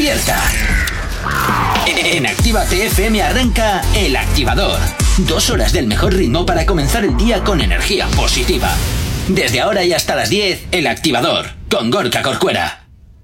despierta. En Actívate FM arranca El Activador. 2 horas del mejor ritmo para comenzar el día con energía positiva. Desde ahora y hasta las 10, El Activador, con Gorka Corcuera.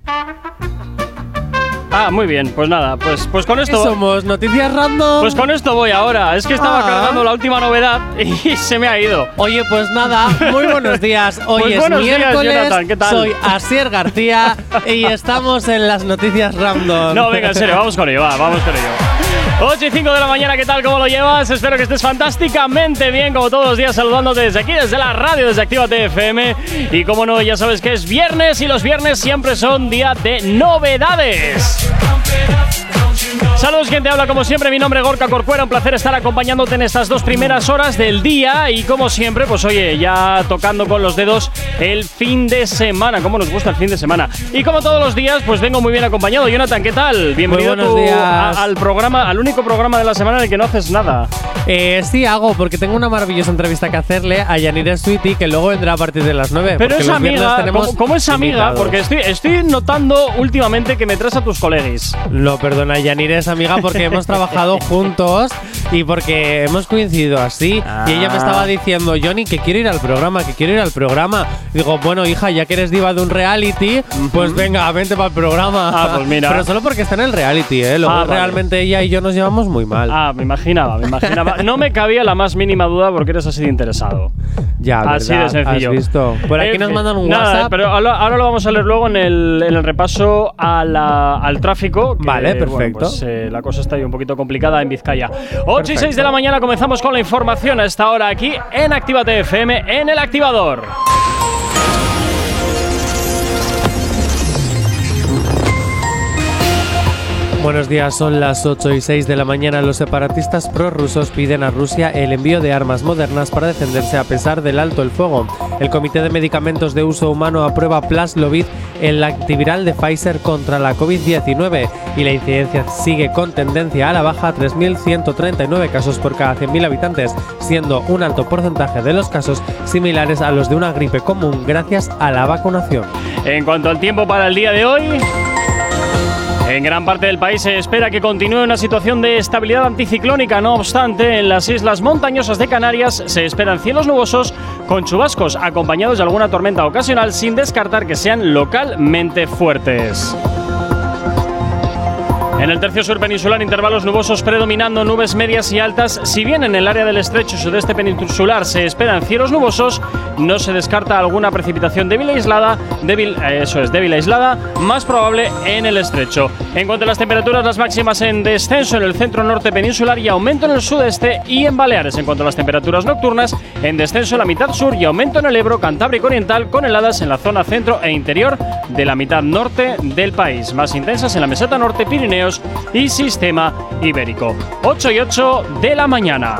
Muy bien, pues nada, pues con esto... Somos Noticias Random. Pues con esto voy ahora. Es que estaba cargando la última novedad y se me ha ido. Oye, pues nada, muy buenos días. Hoy pues es buenos miércoles, días, Jonathan, ¿qué tal? Soy Asier García y estamos en las Noticias Random. No, venga, en serio, vamos con ello, vamos con ello. 8:05 de la mañana, ¿qué tal? ¿Cómo lo llevas? Espero que estés fantásticamente bien, como todos los días, saludándote desde aquí, desde la radio, desde Actívate FM. Y como no, ya sabes que es viernes y los viernes siempre son día de novedades. Saludos, quien te habla como siempre, mi nombre es Gorka Corcuera, un placer estar acompañándote en estas 2 primeras horas del día y como siempre, pues oye, ya tocando con los dedos el fin de semana, cómo nos gusta el fin de semana. Y como todos los días, pues vengo muy bien acompañado. Jonathan, ¿qué tal? Bienvenido al programa, al único programa de la semana en el que no haces nada. Sí hago, porque tengo una maravillosa entrevista que hacerle a Yanire Sweetie, que luego vendrá a partir de las 9. Pero es amiga, ¿cómo es amiga? Porque estoy notando últimamente que me traes a tus colegis. Lo perdona, Yanire es amiga porque hemos trabajado juntos y porque hemos coincidido así. Y ella me estaba diciendo, Johnny, que quiero ir al programa, que quiero ir al programa. Digo, bueno, hija, ya que eres diva de un reality, pues venga, vente para el programa. Pues mira. Pero solo porque está en el reality, ¿eh? Luego realmente ella y yo nos llevamos muy mal. Me imaginaba. No me cabía la más mínima duda porque eres así de interesado. Ya, así ¿verdad? de sencillo. ¿Has visto? Por aquí nos mandan un WhatsApp. Pero ahora lo vamos a leer luego en el repaso al tráfico. Vale, perfecto. Bueno, pues, la cosa está ahí un poquito complicada en Vizcaya. 8:06 de la mañana comenzamos con la información a esta hora aquí en Actívate FM, en El Activador. Buenos días, son las 8:06 de la mañana. Los separatistas prorrusos piden a Rusia el envío de armas modernas para defenderse a pesar del alto el fuego. El Comité de Medicamentos de Uso Humano aprueba Paxlovid, el antiviral de Pfizer contra la COVID-19, y la incidencia sigue con tendencia a la baja, 3.139 casos por cada 100.000 habitantes, siendo un alto porcentaje de los casos similares a los de una gripe común gracias a la vacunación. En cuanto al tiempo para el día de hoy, en gran parte del país se espera que continúe una situación de estabilidad anticiclónica. No obstante, en las islas montañosas de Canarias se esperan cielos nubosos con chubascos acompañados de alguna tormenta ocasional, sin descartar que sean localmente fuertes. En el tercio sur peninsular, intervalos nubosos predominando, nubes medias y altas. Si bien en el área del estrecho sudeste peninsular se esperan cielos nubosos, no se descarta alguna precipitación débil aislada, más probable en el estrecho. En cuanto a las temperaturas, las máximas en descenso en el centro norte peninsular y aumento en el sudeste y en Baleares. En cuanto a las temperaturas nocturnas, en descenso en la mitad sur y aumento en el Ebro, Cantábrico Oriental, con heladas en la zona centro e interior de la mitad norte del país, más intensas en la meseta norte, Pirineos y sistema ibérico. 8:08 de la mañana.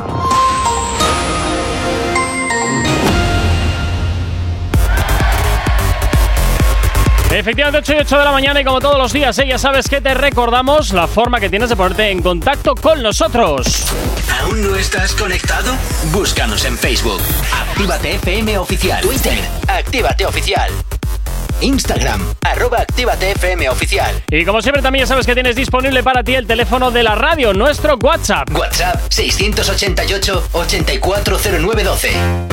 Efectivamente, 8:08 de la mañana y como todos los días, ya sabes que te recordamos la forma que tienes de ponerte en contacto con nosotros. ¿Aún no estás conectado? Búscanos en Facebook. Actívate FM Oficial. Twitter. Actívate Oficial. Instagram, @Actívate FM Oficial. Y como siempre también ya sabes que tienes disponible para ti el teléfono de la radio, nuestro WhatsApp. WhatsApp 688-840912.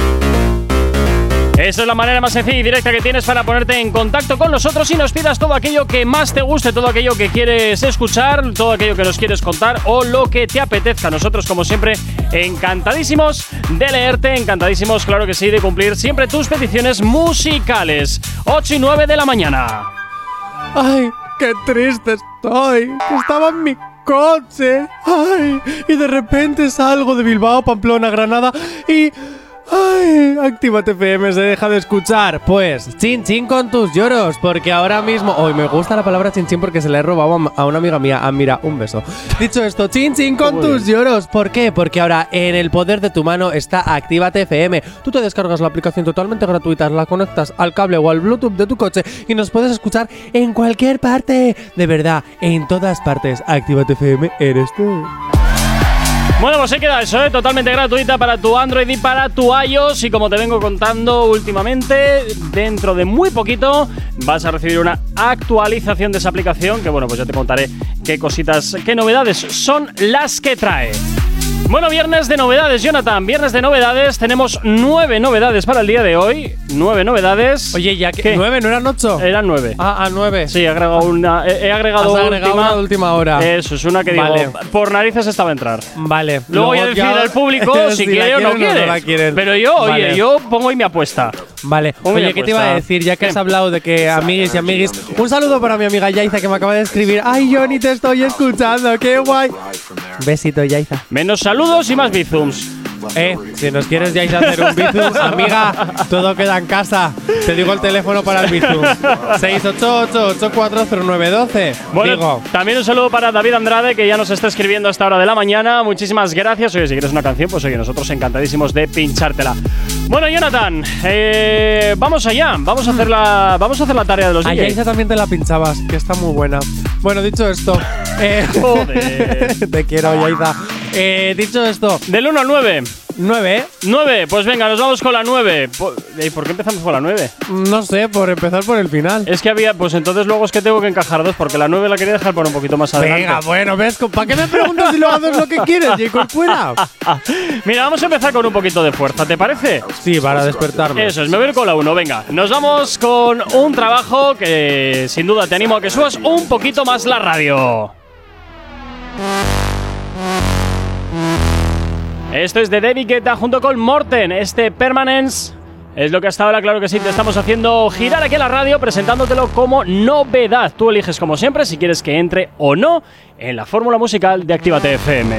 Esa es la manera más sencilla y directa que tienes para ponerte en contacto con nosotros y nos pidas todo aquello que más te guste, todo aquello que quieres escuchar, todo aquello que nos quieres contar o lo que te apetezca. Nosotros, como siempre, encantadísimos de leerte, encantadísimos, claro que sí, de cumplir siempre tus peticiones musicales. 8:09 de la mañana. ¡Ay, qué triste estoy! Que estaba en mi coche. ¡Ay! Y de repente salgo de Bilbao, Pamplona, Granada y... ¡ay! Actívate FM se deja de escuchar. Pues, chin chin con tus lloros. Porque ahora mismo... hoy me gusta la palabra chin chin porque se la he robado a una amiga mía. Mira, un beso. Dicho esto, chin chin con tus lloros. ¿Por qué? Porque ahora en el poder de tu mano está Actívate FM. Tú te descargas la aplicación totalmente gratuita, la conectas al cable o al Bluetooth de tu coche y nos puedes escuchar en cualquier parte. De verdad, en todas partes. Actívate FM eres tú. Bueno, pues se queda eso, totalmente gratuita para tu Android y para tu iOS. Y como te vengo contando últimamente, dentro de muy poquito vas a recibir una actualización de esa aplicación. Que bueno, pues ya te contaré qué cositas, qué novedades son las que trae. Bueno, viernes de novedades, Jonathan. Viernes de novedades. Tenemos 9 novedades para el día de hoy. 9 novedades. Oye, ya que. ¿9? ¿No eran 8? Eran 9. Ah, 9. Sí, he agregado una. He agregado una de última hora. Eso, es una que vale. digo, por narices estaba a entrar. Vale. Luego voy a decir al público si quiere o no quiere. No quieren. Pero yo, vale. Oye, yo pongo ahí mi apuesta. Vale. Oye, ¿qué te iba a decir? Ya que has hablado de que amiguis y amiguis. Un saludo para mi amiga Yaiza, que me acaba de escribir. Ay, Johnny, te estoy escuchando. Qué guay. Besito, Yaiza. Menos saludos y más bizums. Si nos quieres Yaiza hacer un bizum, amiga, todo queda en casa. Te digo el teléfono para el bizum. 688-840912. Bueno, digo. También un saludo para David Andrade, que ya nos está escribiendo a esta hora de la mañana. Muchísimas gracias. Oye, si quieres una canción, pues oye, nosotros encantadísimos de pinchártela. Bueno, Jonathan, vamos allá. Vamos a hacer la tarea de los DJs. A Yaiza también te la pinchabas, que está muy buena. Bueno, dicho esto, joder. Te quiero, Yaiza. Dicho esto, Del 1 al 9. 9, ¿eh? 9, pues venga, nos vamos con la 9. ¿Y por qué empezamos con la 9? No sé, por empezar por el final. Es que había, pues entonces luego es que tengo que encajar 2, porque la 9 la quería dejar por un poquito más adelante. Venga, bueno, ¿ves? ¿Para qué me preguntas si lo haces lo que quieres, Jacob? Fuera. Mira, vamos a empezar con un poquito de fuerza, ¿te parece? Sí, para despertarme. Eso es, me voy a ir con la 1, venga. Nos vamos con un trabajo que sin duda te animo a que subas un poquito más la radio. Esto es de David Guetta junto con Morten. Este Permanence es lo que hasta ahora, claro que sí, te estamos haciendo girar aquí en la radio, presentándotelo como novedad. Tú eliges como siempre si quieres que entre o no en la fórmula musical de Actívate FM.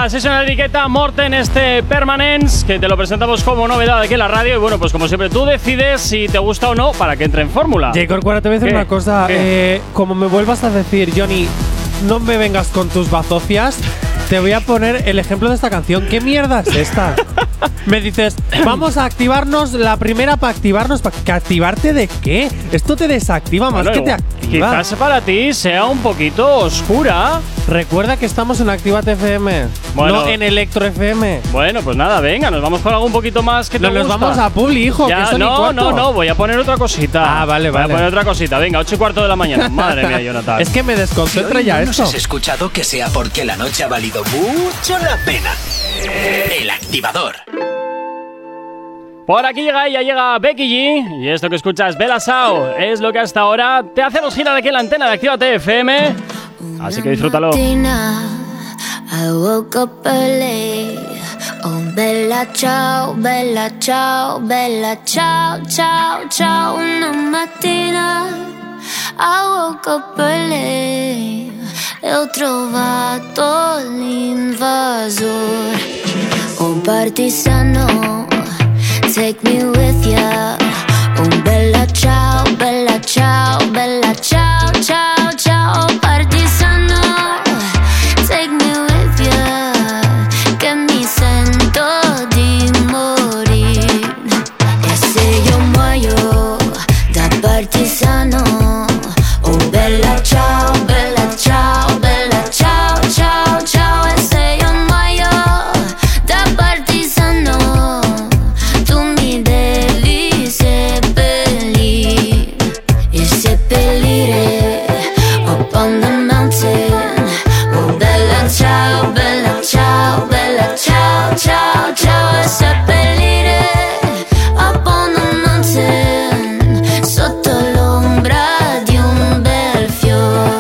más. Es una etiqueta Morten, este Permanence, que te lo presentamos como novedad aquí en la radio. Y bueno, pues como siempre, tú decides si te gusta o no para que entre en fórmula. J. Corcuera, te voy a decir una cosa. Como me vuelvas a decir, Johnny, no me vengas con tus bazofias, te voy a poner el ejemplo de esta canción. ¿Qué mierda es esta? Me dices, vamos a activarnos la primera para activarnos. ¿Para activarte de qué? Esto te desactiva más que te activa. Quizás para ti sea un poquito oscura. Recuerda que estamos en Actívate FM, no en Electro FM. Bueno, pues nada, venga, nos vamos con algo un poquito más que te gusta. Nos vamos a Publi, hijo. Ya, que no, voy a poner otra cosita. Vale. Voy a poner otra cosita. Venga, 8:15 de la mañana. Madre mía, Jonathan. Es que me desconcentra ya esto. ¿No has escuchado que sea porque la noche ha valido mucho la pena? El Activador. Por aquí llega Becky G. Y esto que escuchas, Bella Ciao, es lo que hasta ahora te hacemos girar aquí en la antena de Actívate FM. Así que disfrútalo. I woke up early. Oh, bella ciao, bella ciao, bella ciao, ciao, ciao. Una mattina I woke up early e ho trovato l'invasor. Oh, partigiano, take me with ya. Oh, bella ciao, bella ciao, bella ciao, ciao, ciao. Partigiano, take me with ya, che mi sento di morire. E se io muoio da partigiano, oh bella ciao, bella ciao, bella ciao, ciao, ciao. E se io muoio da partigiano, tu mi devi seppellire. E seppellire up on the mountain. Oh bella ciao, bella ciao, bella ciao, ciao, ciao. E seppellire up on the mountain, sotto l'ombra di un bel fiore.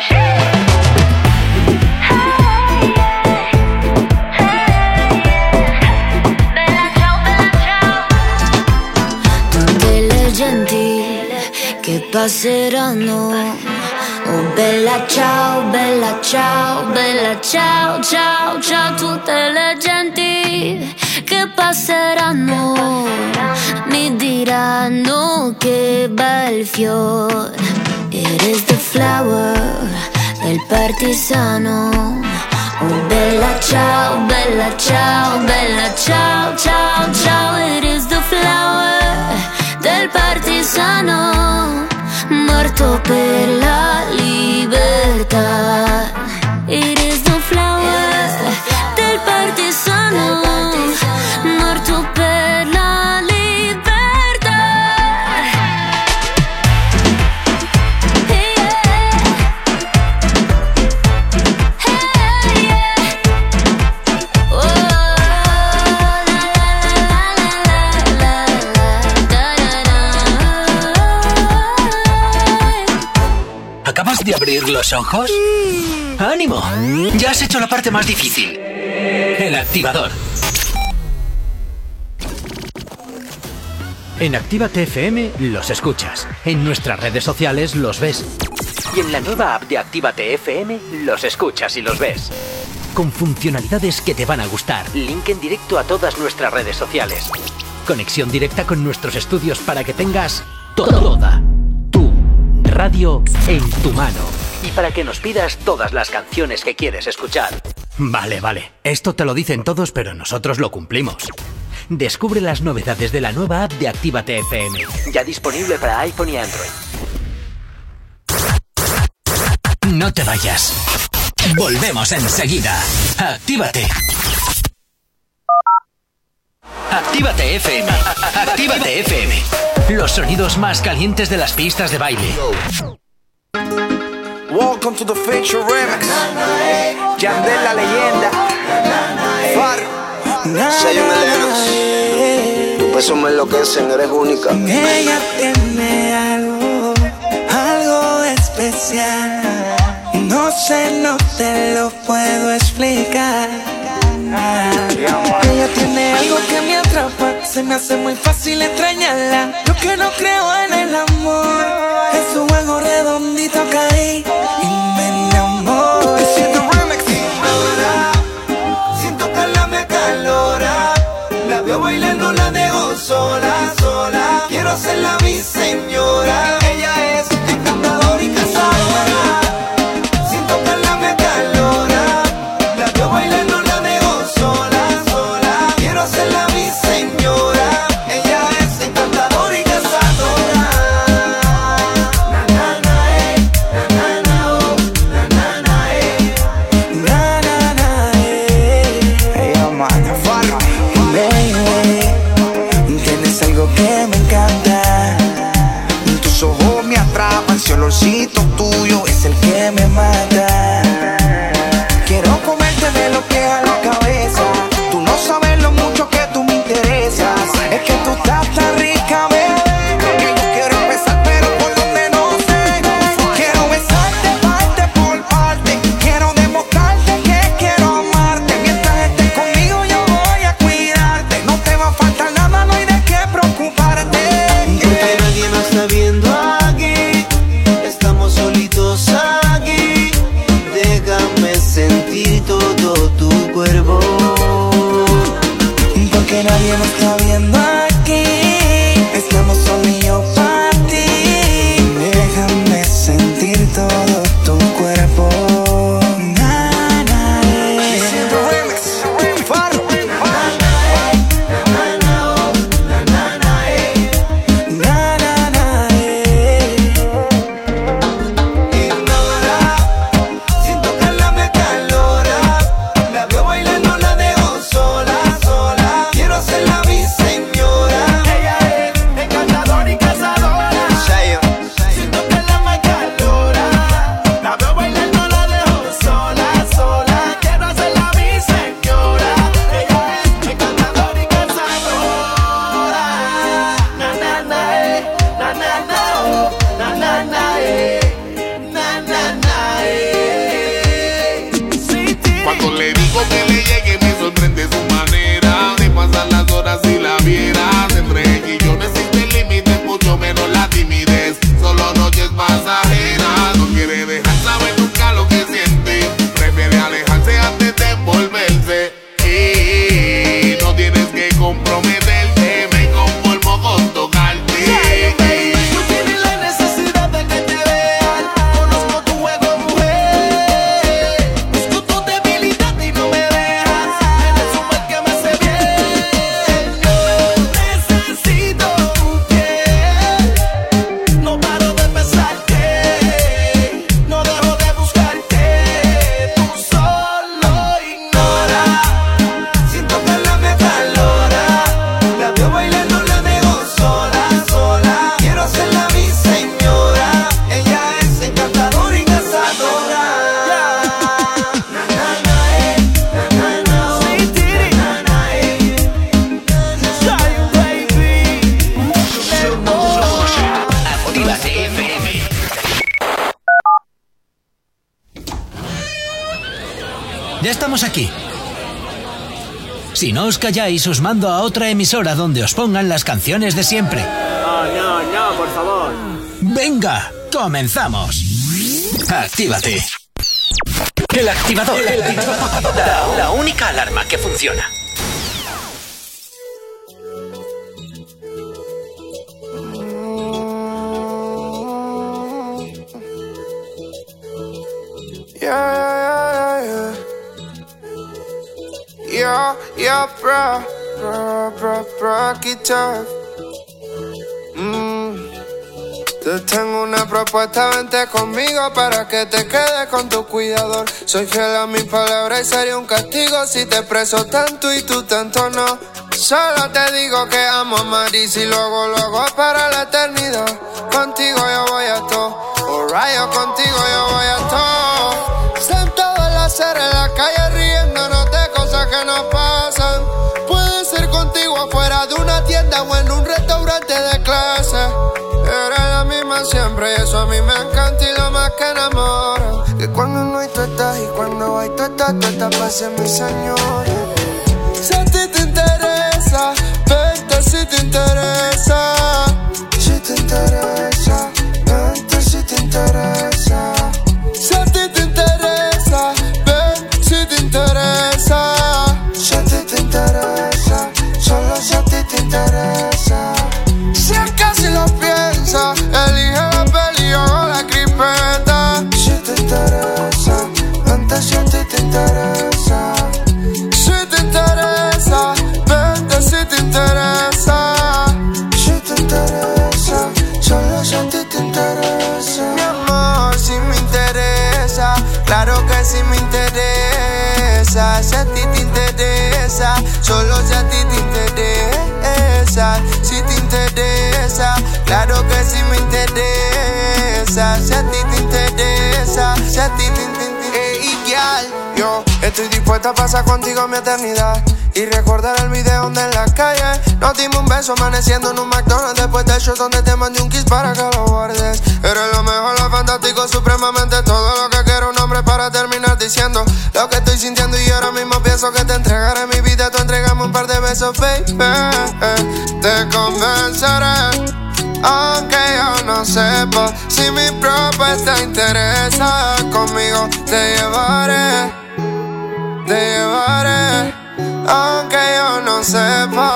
Bella ciao, bella ciao. Tutte le genti che passeranno. Oh bella ciao, bella ciao, bella ciao, ciao, ciao. Tutte le genti che passeranno mi diranno che bel fiore. It is the flower del partigiano. Oh bella ciao, bella ciao, bella ciao, ciao, ciao. It is the flower del partigiano, morto per la libertà. It is the flower del partigiano, morto per la libertà. Hey, yeah. Hey, yeah. Oh, la la la. ¿Acabas de abrir los ojos? ¡Ánimo! Ya has hecho la parte más difícil. El Activador. En Actívate FM los escuchas. En nuestras redes sociales los ves. Y en la nueva app de Actívate FM los escuchas y los ves. Con funcionalidades que te van a gustar. Link en directo a todas nuestras redes sociales. Conexión directa con nuestros estudios para que tengas toda tu radio en tu mano. Y para que nos pidas todas las canciones que quieres escuchar. Vale. Esto te lo dicen todos, pero nosotros lo cumplimos. Descubre las novedades de la nueva app de Actívate FM. Ya disponible para iPhone y Android. No te vayas. Volvemos enseguida. Actívate. Actívate FM. Actívate FM. Los sonidos más calientes de las pistas de baile. Welcome to the Feature Remix. Yandel la leyenda. Far. Sello Melenos. Tu peso me enloquecen, eres única. Ella tiene algo especial. No sé, no te lo puedo explicar. Ella tiene algo que me atrapa. Se me hace muy fácil extrañarla. Yo que no creo en el amor, en su juego redondito caí y me enamoré. mi señora. Ella es encantadora y cazadora. Sin tocarla me acalora. La veo bailar, no la dejo sola, sola. Quiero hacerla mi señora. Ella es encantadora y cazadora. Na na na na na oh, na na Ella manda farra. Baby, tienes algo que me encanta. Tus ojos me atrapan, si el olorcito tuyo es el que me mata. Quiero comerte de lo que a la cabeza. Tú no sabes lo mucho que tú me interesas. Es que tú estás tan rica, bebé, que yo quiero empezar pero por donde no sé. Quiero besarte parte por parte. Quiero demostrarte que quiero amarte. Mientras estés conmigo yo voy a cuidarte. No te va a faltar nada, no hay de qué preocuparte. Porque nadie nos está viendo aquí. Estamos solitos aquí. Déjame sentir todo tu cuerpo. Porque nadie me está viendo aquí. Estamos solillos para ti. Déjame sentir todo tu cuerpo. Na, na, Farro. Na, na, na, Ignora, sin tocarla me acalora. La veo bailar, no la dejo sola, sola. Quiero hacerla mi señora. Ella es encantadora y cazadora. Sin tocarla me acalora. La veo bailar, no la dejo sola, sola. Quiero hacerla mi señora. Ella es encantadora y cazadora. Na na na na na na oh, na na na na na na Sí, tiri. Cuando le digo que le llegue me sorprende su manera de pasar las horas si la vieras. Entre ella y yo no existe límite, mucho menos la timidez. Solo noches pasajeras. No quiere dejar saber nunca lo que siente. Prefiere alejarse antes de envolverse. Y no tienes que comprometerte. Me conformo con tocarte. No tienes la necesidad de que te vean. Conozco tu juego, mujer. Busco tu debilidad y no me dejas. Eres un mal que me hace bien. Yo necesito tu piel. No paro de pensarte. No dejo de buscarte. Tú solo ignora. Sin tocarla me acalora. La veo bailar, no la dejo sola, sola. Quiero hacerla mi señora. Ella es encantadora y cazadora. Na na na na na sí, tiri. Na na Soy un baby. Actívate FM. Ya estamos aquí. Si no os calláis, os mando a otra emisora donde os pongan las canciones de siempre. No, por favor. ¡Venga! ¡Comenzamos! Actívate. El activador. La única alarma que funciona. Yeah, bro, keep tough. Te tengo una propuesta, vente conmigo para que te quedes con tu cuidador. Soy fiel a mi palabra y sería un castigo si te preso tanto y tú tanto no. Solo te digo que amo a Marisa y luego para la eternidad. Contigo yo voy a todo, alright, contigo yo voy a todo. Sentado en la acera en la calle riéndonos de cosas que nos pasan. Puede ser contigo afuera de una tienda o en un restaurante de clase. Eres la misma siempre y eso a mí me encanta y lo más que enamora. Que cuando no hay tú estás y cuando hay tú estás para ser mi señora. Si a ti te interesa, vente si te interesa. Si te interesa, vente si te interesa. Si a ti te interesa, ven si te interesa. Si a ti te interesa, solo si a ti te interesa. Si casi lo pierdes. solo si a ti te interesa. Si te interesa, claro que sí me interesa. Si a ti te interesa, si a ti te interesa. Ey, girl, yo estoy dispuesta a pasar contigo mi eternidad y recordar el video donde en la calle nos dimos un beso amaneciendo en un McDonald's después del show donde te mandé un kiss para que lo guardes. Eres lo mejor, lo fantástico, supremamente todo lo que quiero un hombre para terminar diciendo lo que estoy sintiendo y ahora mismo pienso que te entregaré mi vida, tú entregame un par de besos, baby. Te convenceré aunque yo no sepa si mi propuesta interesa. Conmigo te llevaré, aunque yo no sepa.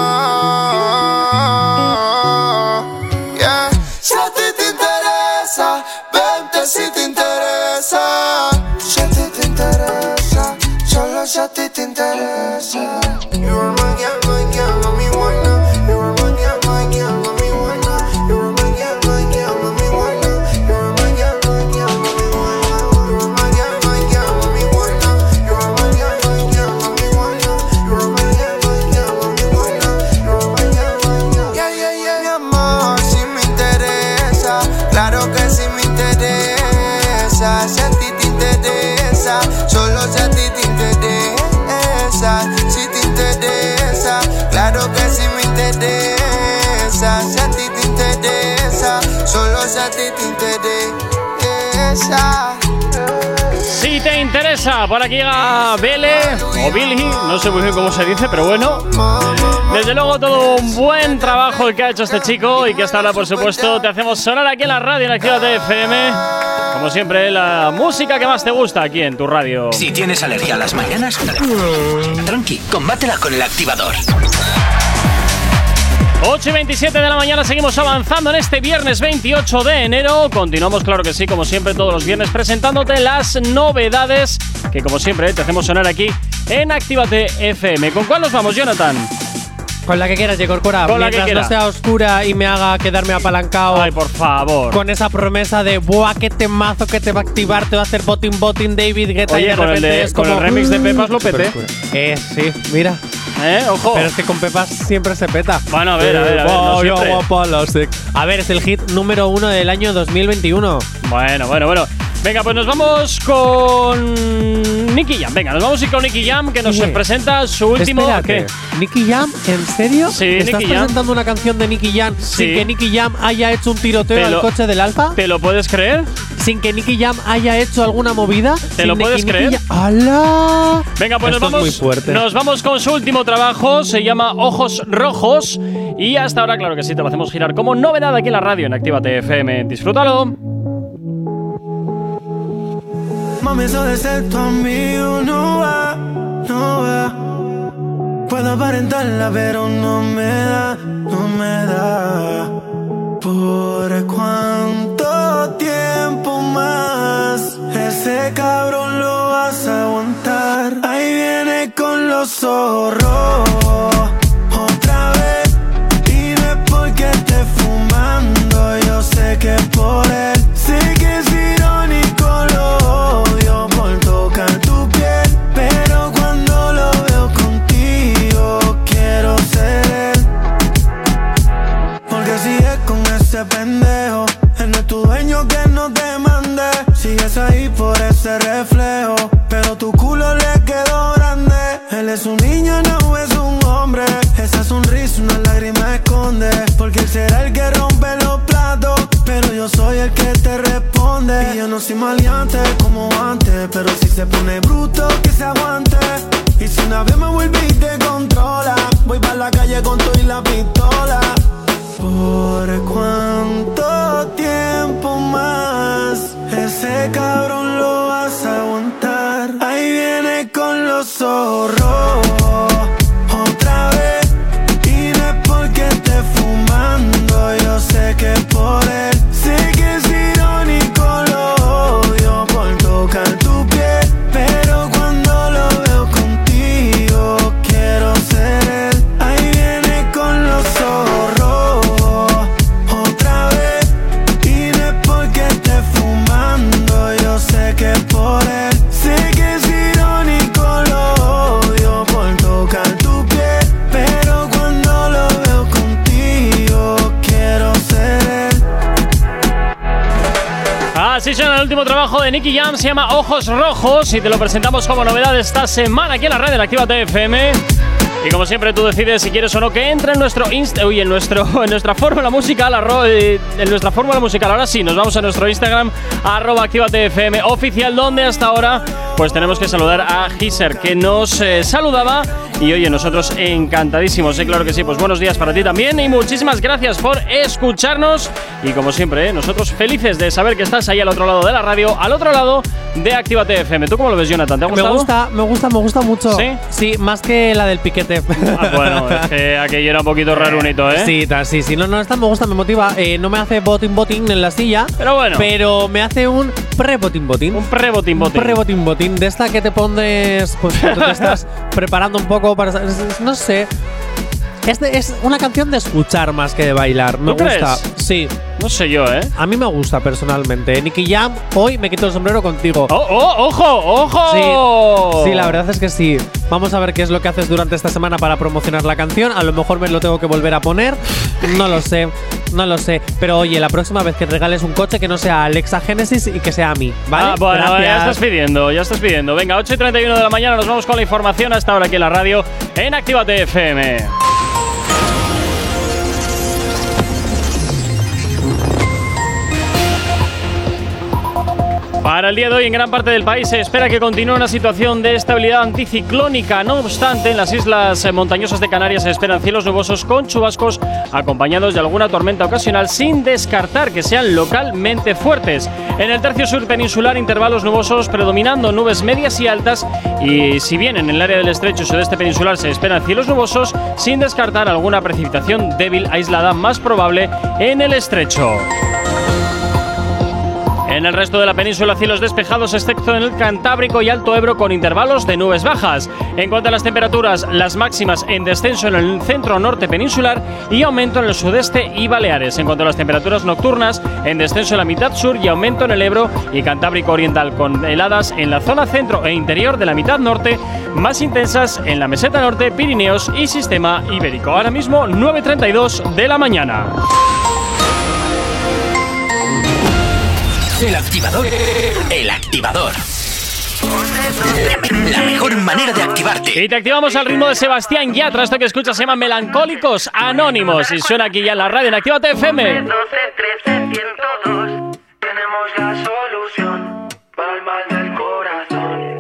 Yeah. Si a ti te interesa, vente si te interesa. Si a ti te interesa, solo si a ti te interesa. You are my girl, mami buena. You are my girl, mami buena. You are my girl, mami buena. You are my girl, mami buena. You are my girl, mami buena. You are my girl, mami buena. You are my girl, mami buena. You are my girl, yeah, yeah, yeah. Mi amor, si me interesa, claro que sí me interesa. Si a ti te interesa, solo si a ti te interesa. Si te interesa, claro que sí me interesa. Si a ti te interesa, solo si a ti te interesa. Si te interesa, por aquí llega Bele o Billy, no sé muy bien cómo se dice, pero bueno. Desde luego todo un buen trabajo el que ha hecho este chico y que hasta ahora, por supuesto, te hacemos sonar aquí en la radio en Actívate FM. Como siempre, la música que más te gusta aquí en tu radio. Si tienes alergia a las mañanas, tranqui, combátela con el activador. 8:27 de la mañana, seguimos avanzando en este viernes 28 de enero. Continuamos, claro que sí, como siempre, todos los viernes presentándote las novedades que, como siempre, te hacemos sonar aquí en Actívate FM. ¿Con cuál nos vamos, Jonathan? Con la que quieras, Corcora. Con la que mientras quiera. no sea oscura y me haga quedarme apalancado. Ay, por favor. Con esa promesa de buah, qué temazo que te va a activar, te va a hacer botín David Guetta. Oye, y de con repente es con como el remix de Pepas lo pete. Sí, mira. Ojo. Pero es que con Pepas siempre se peta. Bueno, a ver, no siempre. A ver, es el hit número 1 del año 2021. Bueno. Venga, pues nos vamos con Nicky Jam. Venga, nos vamos a ir con Nicky Jam, que nos presenta su último… Espérate, ¿Nicky Jam? ¿En serio? Sí, ¿Estás Nicky Jam presentando una canción de Nicky Jam Sí. sin que Nicky Jam haya hecho un tiroteo al coche del Alfa? ¿Te lo puedes creer? ¿Sin que Nicky Jam haya hecho alguna movida? ¿Te lo puedes creer? ¡Hala! Venga, pues Esto es muy fuerte. nos vamos con su último trabajo, se llama Ojos Rojos. Y hasta ahora, claro que sí, te lo hacemos girar como novedad aquí en la radio en Actívate FM. Disfrútalo. Mami, eso de ser tu amigo no va. Puedo aparentarla, pero no me da. ¿Por cuánto tiempo más ese cabrón lo vas a aguantar? Ahí viene con los ojos rojos otra vez. Y no es porque esté fumando, yo sé que es por él. Sé que es irónico, lo odio por tocar tu piel, pero cuando lo veo contigo quiero ser él. Porque sigues con ese pendejo, él no es tu dueño, que no te mande. Sigues ahí por ese reflejo, pero tu culo le quedó grande. Él es un niño, no es un hombre. Esa sonrisa una lágrima esconde, porque él será el que rompe los platos, pero yo soy el que te responde. Y yo no soy maleante como antes, pero si se pone bruto que se aguante. Y si una vez me vuelve y te controla, voy pa' la calle con todo y la pistola. ¿Por cuánto tiempo más ese cabrón lo vas a aguantar? Ahí viene con los ojos rojos otra vez. Y no es porque esté fumando, yo sé que es por él. Sé que es irónico, lo odio por tocar tu piel, pero cuando lo veo contigo quiero ser él. Ahí viene con los ojos rojos otra vez. Y no es porque esté fumando, yo sé que es por él. Sé que es irónico, lo odio por tocar tu piel. el último trabajo de Nicky Jam, se llama Ojos Rojos y te lo presentamos como novedad esta semana aquí en la radio de Actívate FM. Y como siempre tú decides si quieres o no que entre en nuestro en nuestra fórmula musical, en nuestra fórmula musical. Ahora sí, nos vamos a nuestro Instagram @activatefm oficial, donde hasta ahora pues tenemos que saludar a Giser, que nos saludaba. Y oye, nosotros encantadísimos, claro que sí. Pues buenos días para ti también y muchísimas gracias por escucharnos. Y como siempre, nosotros felices de saber que estás ahí al otro lado de la radio, al otro lado de Actívate FM. ¿Tú cómo lo ves, Jonathan? ¿Te ha gustado? Me gusta mucho. ¿Sí? Sí, más que la del piquete. Bueno, es que aquello era un poquito rarunito, ¿eh? Sí. No, esta me gusta, me motiva. No me hace botín en la silla. Pero bueno. Pero me hace un pre-botín. Un pre-botín. De esta que te pones pues cuando te estás preparando un poco para… No sé. Es una canción de escuchar más que de bailar. Me gusta. ¿Crees? Sí. No sé yo, ¿eh? A mí me gusta personalmente. Nicky Jam, hoy me quito el sombrero contigo. ¡Ojo! Sí, la verdad es que sí. Vamos a ver qué es lo que haces durante esta semana para promocionar la canción. A lo mejor me lo tengo que volver a poner. No lo sé. Pero oye, la próxima vez que regales un coche que no sea Alexa Genesis y que sea a mí, ¿vale? Bueno, gracias. ya estás pidiendo. Venga, 8:31 de la mañana, nos vamos con la información hasta ahora aquí en la radio en Actívate FM. Para el día de hoy, en gran parte del país se espera que continúe una situación de estabilidad anticiclónica. No obstante, en las islas montañosas de Canarias se esperan cielos nubosos con chubascos acompañados de alguna tormenta ocasional, sin descartar que sean localmente fuertes. En el tercio sur peninsular, intervalos nubosos predominando, nubes medias y altas. Y si bien en el área del estrecho sudeste peninsular se esperan cielos nubosos, sin descartar alguna precipitación débil aislada más probable en el estrecho. En el resto de la península, cielos despejados, excepto en el Cantábrico y Alto Ebro, con intervalos de nubes bajas. En cuanto a las temperaturas, las máximas en descenso en el centro norte peninsular y aumento en el sudeste y Baleares. En cuanto a las temperaturas nocturnas, en descenso en la mitad sur y aumento en el Ebro y Cantábrico Oriental, con heladas en la zona centro e interior de la mitad norte, más intensas en la meseta norte, Pirineos y sistema ibérico. Ahora mismo, 9:32 de la mañana. El activador. El activador. La mejor manera de activarte. Y te activamos al ritmo de Sebastián Yatra. Esto que escuchas se llama Melancólicos Anónimos y suena aquí ya en la radio en Actívate FM. 12, 13, 102. Tenemos la solución para el mal del corazón.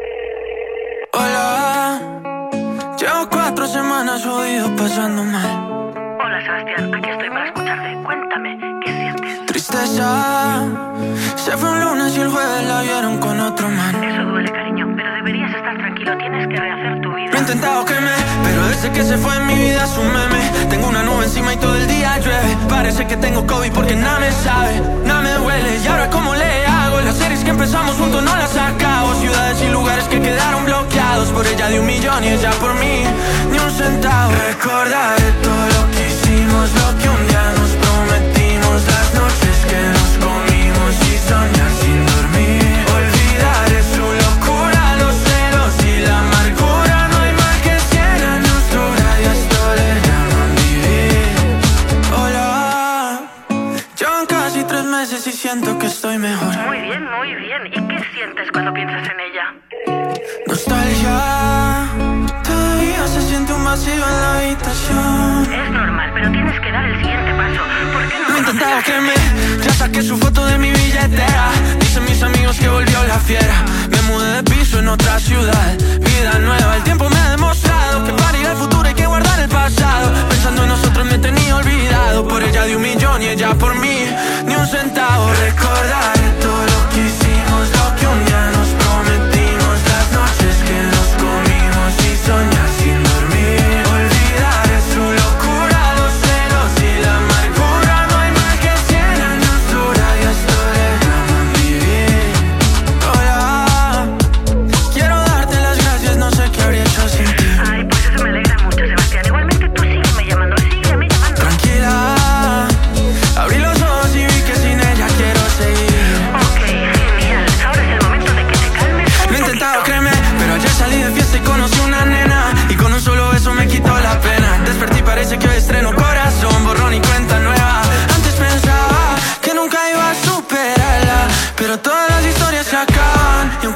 Hola, llevo 4 semanas jodido pasando mal. Hola Sebastián, aquí estoy para escucharte. Cuéntame, ¿qué sientes? Tristeza, se fue un lunes y el jueves la vieron con otro man. Eso duele, cariño, pero deberías estar tranquilo. Tienes que rehacer tu vida. Lo he intentado pero desde que se fue en mi vida es un meme. Tengo una nube encima y todo el día llueve. Parece que tengo COVID porque nada me sabe, nada me huele. Y ahora cómo le hago, las series que empezamos juntos no las acabo. Ciudades y lugares que quedaron bloqueados. Por ella di 1 millón y ella por mí ni un centavo. Recordaré todo lo que hicimos, lo que un día nos prometimos, las noches que nos comimos y soñar sin dormir. Olvidaré su locura, los celos y la amargura. No hay mal que 100 años dura y esto le llaman vivir. Hola, llevan casi 3 meses y siento que estoy mejor. Muy bien, muy bien. ¿Y qué sientes cuando piensas en ella? Nostalgia, todavía se siente un vacío en la habitación. Es normal, pero tienes que dar el siguiente paso. ¿Por qué no? Lo he intentado ya saqué su foto de mi billetera. Dicen mis amigos que volvió la fiera. Me mudé de piso en otra ciudad. Vida nueva, el tiempo me ha demostrado que para ir al futuro hay que guardar el pasado. Pensando en nosotros me tenía olvidado. Por ella di 1 millón y ella por mí ni un centavo. Recordaré todo lo que hicimos, lo que un día nos prometimos, las noches que nos comimos y soñar sin dormir. Olvidaré su locura, los celos y la amargura. No hay más que 100 años dura y esto le llaman vivir. Hola, quiero darte las gracias, no sé qué habría hecho sin ti. Ay, pues eso me alegra mucho, Sebastián. Igualmente tú sígueme llamando. Tranquila, abrí los ojos y vi que sin ella quiero seguir.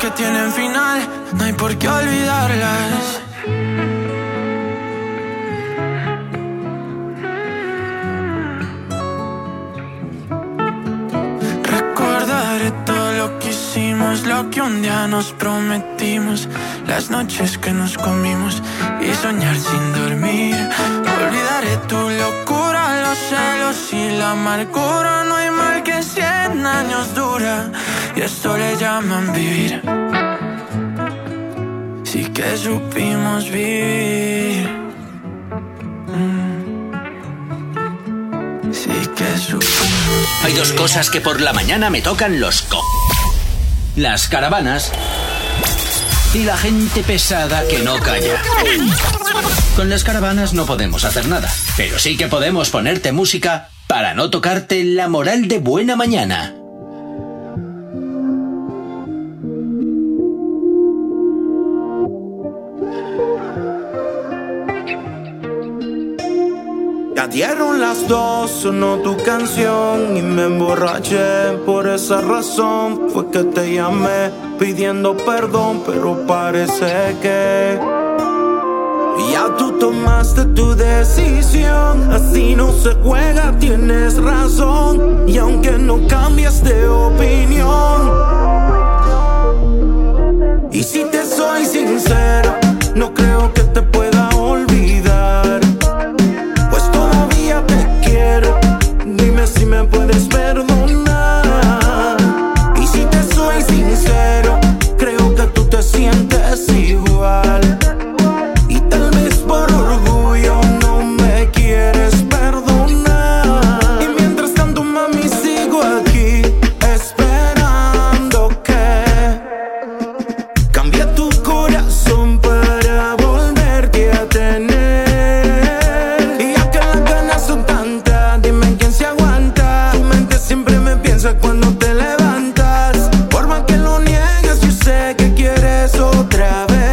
que tienen final, no hay por qué olvidarlas. Recordaré todo lo que hicimos, lo que un día nos prometimos, las noches que nos comimos y soñar sin dormir. Olvidaré tu locura, los celos y la amargura. No hay mal que 100 años dura y esto le llaman vivir. Sí que supimos vivir. Sí que supimos. Hay dos cosas que por la mañana me tocan los las caravanas y la gente pesada que no calla. Con las caravanas no podemos hacer nada, pero sí que podemos ponerte música para no tocarte la moral de buena mañana. Ya dieron las 2, sonó tu canción y me emborraché. Por esa razón fue que te llamé pidiendo perdón, pero parece que ya tú tomaste tu decisión. Así no se juega, tienes razón. Y aunque no cambies de opinión, y si te soy sincero, no creo que te pueda olvidar. Pues todavía te quiero, dime si me puedes perdonar. Y si te soy sincero, creo que tú te sientes igual. Por orgullo no me quieres perdonar. Y mientras tanto, mami, sigo aquí esperando que cambie tu corazón para volverte a tener. Y ya que las ganas son tantas, dime quién se aguanta. Tu mente siempre me piensa cuando te levantas. Por más que lo niegues, yo sé que quieres otra vez.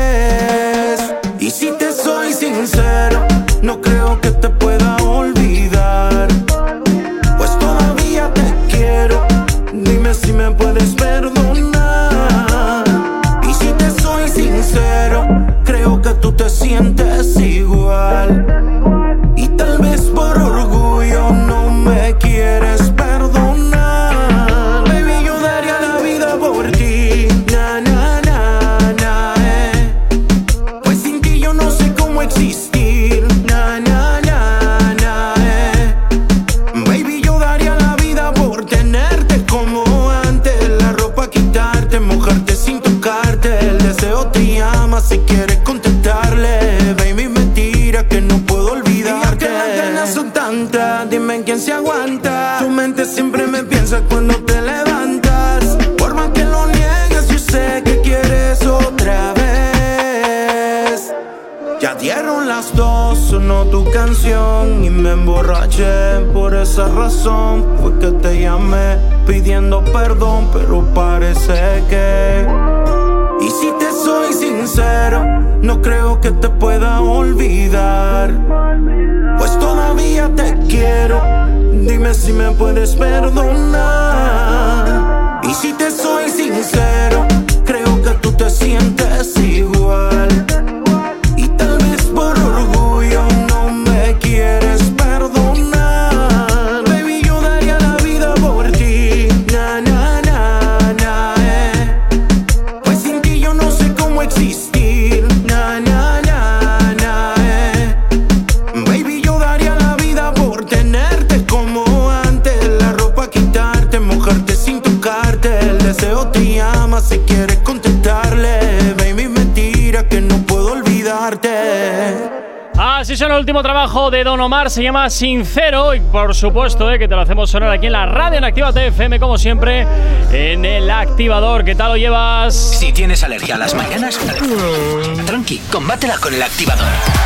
Y si te soy sincero, no creo que te pueda olvidar. Pues todavía te quiero, dime si me puedes perdonar. Y si te soy sincero, creo que tú te sientes igual. Y tal vez por orgullo no me quieres perdonar. Baby, yo daría la vida por ti. Na, na, na, na, Pues sin ti yo no sé cómo existir. Na, na, na, na, Baby, yo daría la vida por tenerte como antes. La ropa quitarte, mojarte sin tocarte. El deseo te llama si quieres contestarle. Baby, mentira que no puedo olvidarte. Y ya que las ganas son tantas, dime quién se aguanta. Tu mente siempre me piensa cuando te levantas. Por más que lo niegues, yo sé que quieres otra vez. Ya dieron las 2, sonó tu canción y me emborraché. Por esa razón fue que te llamé pidiendo perdón, pero parece que. Y si te soy sincero, no creo que te pueda olvidar. Pues todavía te quiero, dime si me puedes perdonar. Y si te soy sincero, creo que tú te sientes igual. Y tal vez por orgullo no me quieres perdonar. Baby, yo daría la vida por ti. Na, na, na, na, Pues sin ti yo no sé cómo existir. Na, na, na, na, Baby, yo daría la vida por tenerte como antes. La ropa quitarte, mojarte sin tocarte. El deseo te llama si quieres contestarle. Baby, mentira que no puedo olvidarte. Así suena el último trabajo de Don Omar, se llama Sincero. Y por supuesto que te lo hacemos sonar aquí en la radio, en Actívate FM, como siempre, en el activador. ¿Qué tal lo llevas? Si tienes alergia a las mañanas, tranqui, combátela con el activador.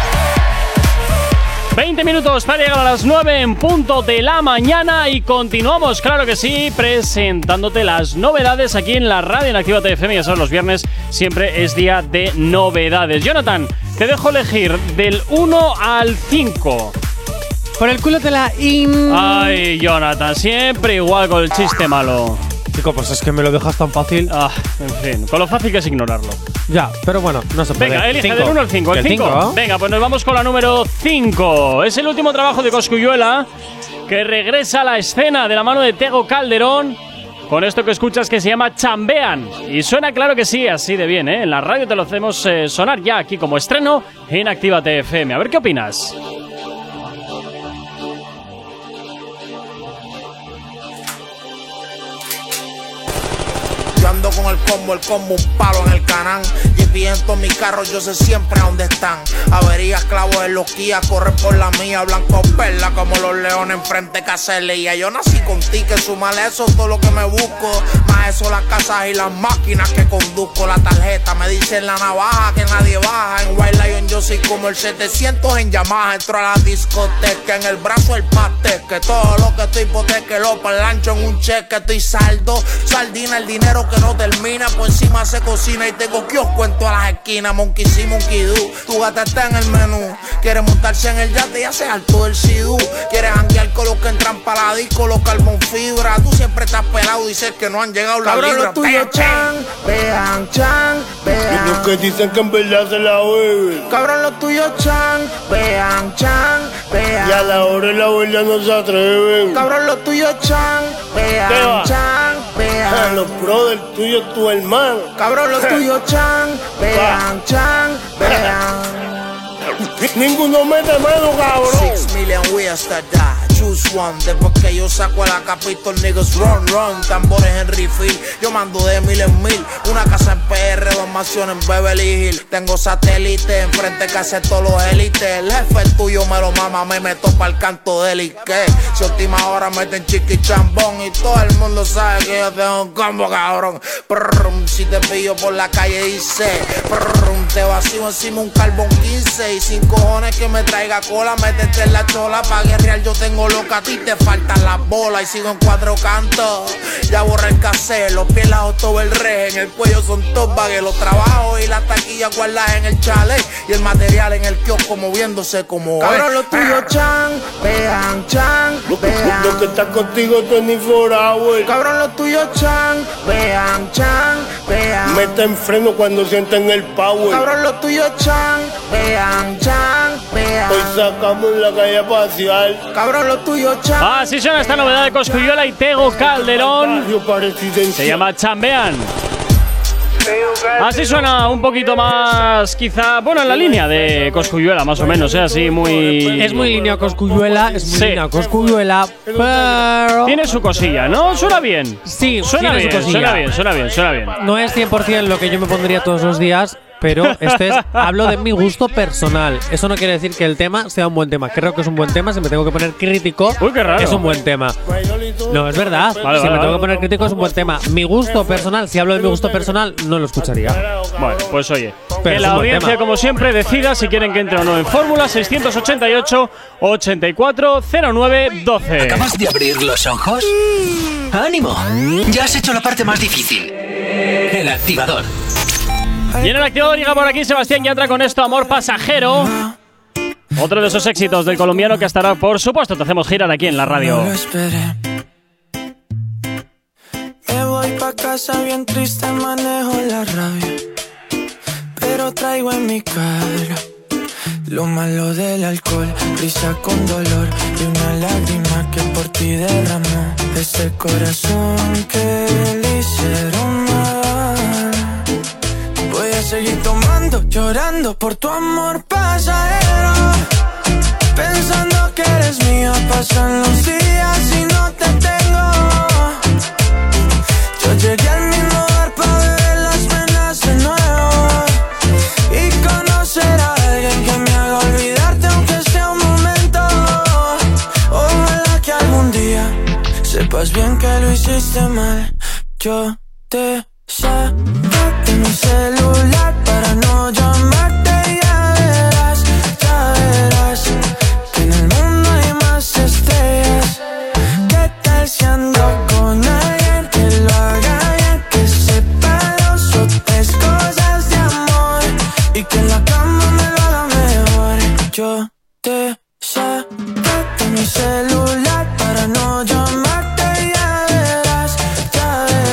20 minutos para llegar a las 9 en punto de la mañana y continuamos, claro que sí, presentándote las novedades aquí en la radio en Actívate FM. Ya sabes, los viernes siempre es día de novedades. Jonathan, te dejo elegir del 1 al 5. Por el culo te la Ay, Jonathan, siempre igual con el chiste malo. Chico, pues es que me lo dejas tan fácil. En fin, con lo fácil que es ignorarlo. Ya, pero bueno, no se puede. Venga, elige Cinco. del 1 al 5. El 5. Venga, pues nos vamos con la número 5. Es el último trabajo de Cosculluela, que regresa a la escena de la mano de Tego Calderón con esto que escuchas que se llama Chambean. Y suena claro que sí, así de bien, ¿eh? En la radio te lo hacemos sonar ya aquí como estreno en Actívate FM. A ver qué opinas. Yo ando con el combo un palo en el canal. GPS en todos mis carros, yo sé siempre a dónde están. Averías, clavos en los Kia, corren por la mía. Blanco perla como los leones enfrente Caselía. Yo nací con ticket, sumale eso todo lo que me busco. Más eso las casas y las máquinas que conduzco. La tarjeta me dice en la navaja que nadie baja. En White Lion yo soy como el 700 en Yamaha. Entro a la discoteca, en el brazo el pateque. Todo lo que estoy hipoteque, lo parlancho en un cheque. Estoy saldo, sardina, el dinero que no termina. Por encima se cocina y tengo kiosco en todas las esquinas. Monkey see, monkey do. Tu gata está en el menú. Quiere montarse en el yate y hace alto del sidú. Quiere janguear con los que entran para la disco, los carbon fibra. Tú siempre estás pelado, dices que no han llegado las libras. Cabrón, lo tuyo chan, vean, vean. Los que dicen que en verdad se la beben. Cabrón, lo tuyo chan, vean, vean. Y a la hora de la verdad no se atreven. Cabrón, lo tuyo chan, vean, vean. Los brothers tuyos, tu hermano. Cabrón, lo tuyo chan, vean, vean. Ninguno mete mano, cabrón. 6 million ways to die, choose one. Después que yo saco a la Capitol, niggas run. Tambores en refill, yo mando de 1000 en 1000. Una casa en PR, 2 mansiones en Beverly Hills. Tengo satélite, enfrente que hace todos los élites. El jefe tuyo me lo mama, me meto pa'l canto de él y que si última hora meten chiqui chambón. Y todo el mundo sabe que yo tengo un combo, cabrón. Si te pillo por la calle dice te vacío encima un carbón 15. Y sin cojones que me traiga cola, métete en la chola. Pa' guerrear yo tengo loca, a ti te faltan las bolas. Y sigo en 4 cantos, ya borré el cassette. Los pies la todo el re, en el cuello son top bagues. Los trabajos y las taquillas guardadas en el chalet. Y el material en el kiosco moviéndose como cabrón, lo tuyo chan, vean, vean. Lo que está contigo 24 hours. Cabrón, lo tuyo chan, vean, vean. Mete en freno cuando sienten el power. Cabrón, lo tuyo chan, vean, vean. Hoy sacamos la calle a pasear. Cabrón, lo tuyo chan. Así suena esta novedad de Cosculluela y Tego Calderón. Se llama Chambean. Así suena un poquito más, quizá, bueno, en la línea de Cosculluela, más o menos, así muy... Es muy línea Cosculluela, línea Cosculluela, pero... Tiene su cosilla, ¿no? Suena bien. Sí, suena bien, suena bien. No es 100% lo que yo me pondría todos los días, pero hablo de mi gusto personal. Eso no quiere decir que el tema sea un buen tema. Creo que es un buen tema. Si me tengo que poner crítico, uy, qué raro, es un buen tema. No, es verdad. Vale, si me tengo que poner crítico, es un buen tema. Mi gusto personal, si hablo de mi gusto personal, no lo escucharía. Bueno, pues oye, pero que la audiencia, como siempre, decida si quieren que entre o no en Fórmula. 688 84 09 12. ¿Acabas de abrir los ojos? ¡Ánimo! Ya has hecho la parte más difícil. El activador. Y en el activador llega por aquí Sebastián Yatra con esto, Amor Pasajero. Otro de esos éxitos del colombiano que estará, por supuesto, te hacemos girar aquí en la radio. No lo esperé. Me voy pa' casa bien triste, manejo la rabia, pero traigo en mi cara lo malo del alcohol, risa con dolor y una lágrima que por ti derramó ese corazón que le hicieron mal. Voy a seguir tomando, llorando por tu amor pasajero, pensando que eres mía. Pasan los días y no te tengo. Yo llegué al mismo bar para beber las penas de nuevo y conocer a alguien que me haga olvidarte aunque sea un momento. Ojalá que algún día sepas bien que lo hiciste mal. Yo te saqué de mi celular para no llamarte. Ya verás que en el mundo hay más estrellas. ¿Qué tal si ando con alguien que lo haga bien, que sepa 2 o 3 cosas de amor y que en la cama me lo haga mejor? Yo te saqué de mi celular para no llamarte. Ya verás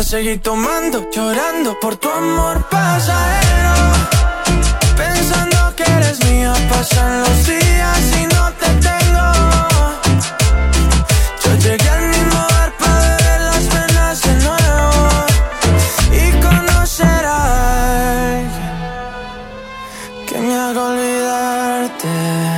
seguir tomando, llorando por tu amor pasajero, pensando que eres mía. Pasan los días y no te tengo. Yo llegué al mismo bar para beber las penas de nuevo y conocer a alguien que me haga olvidarte,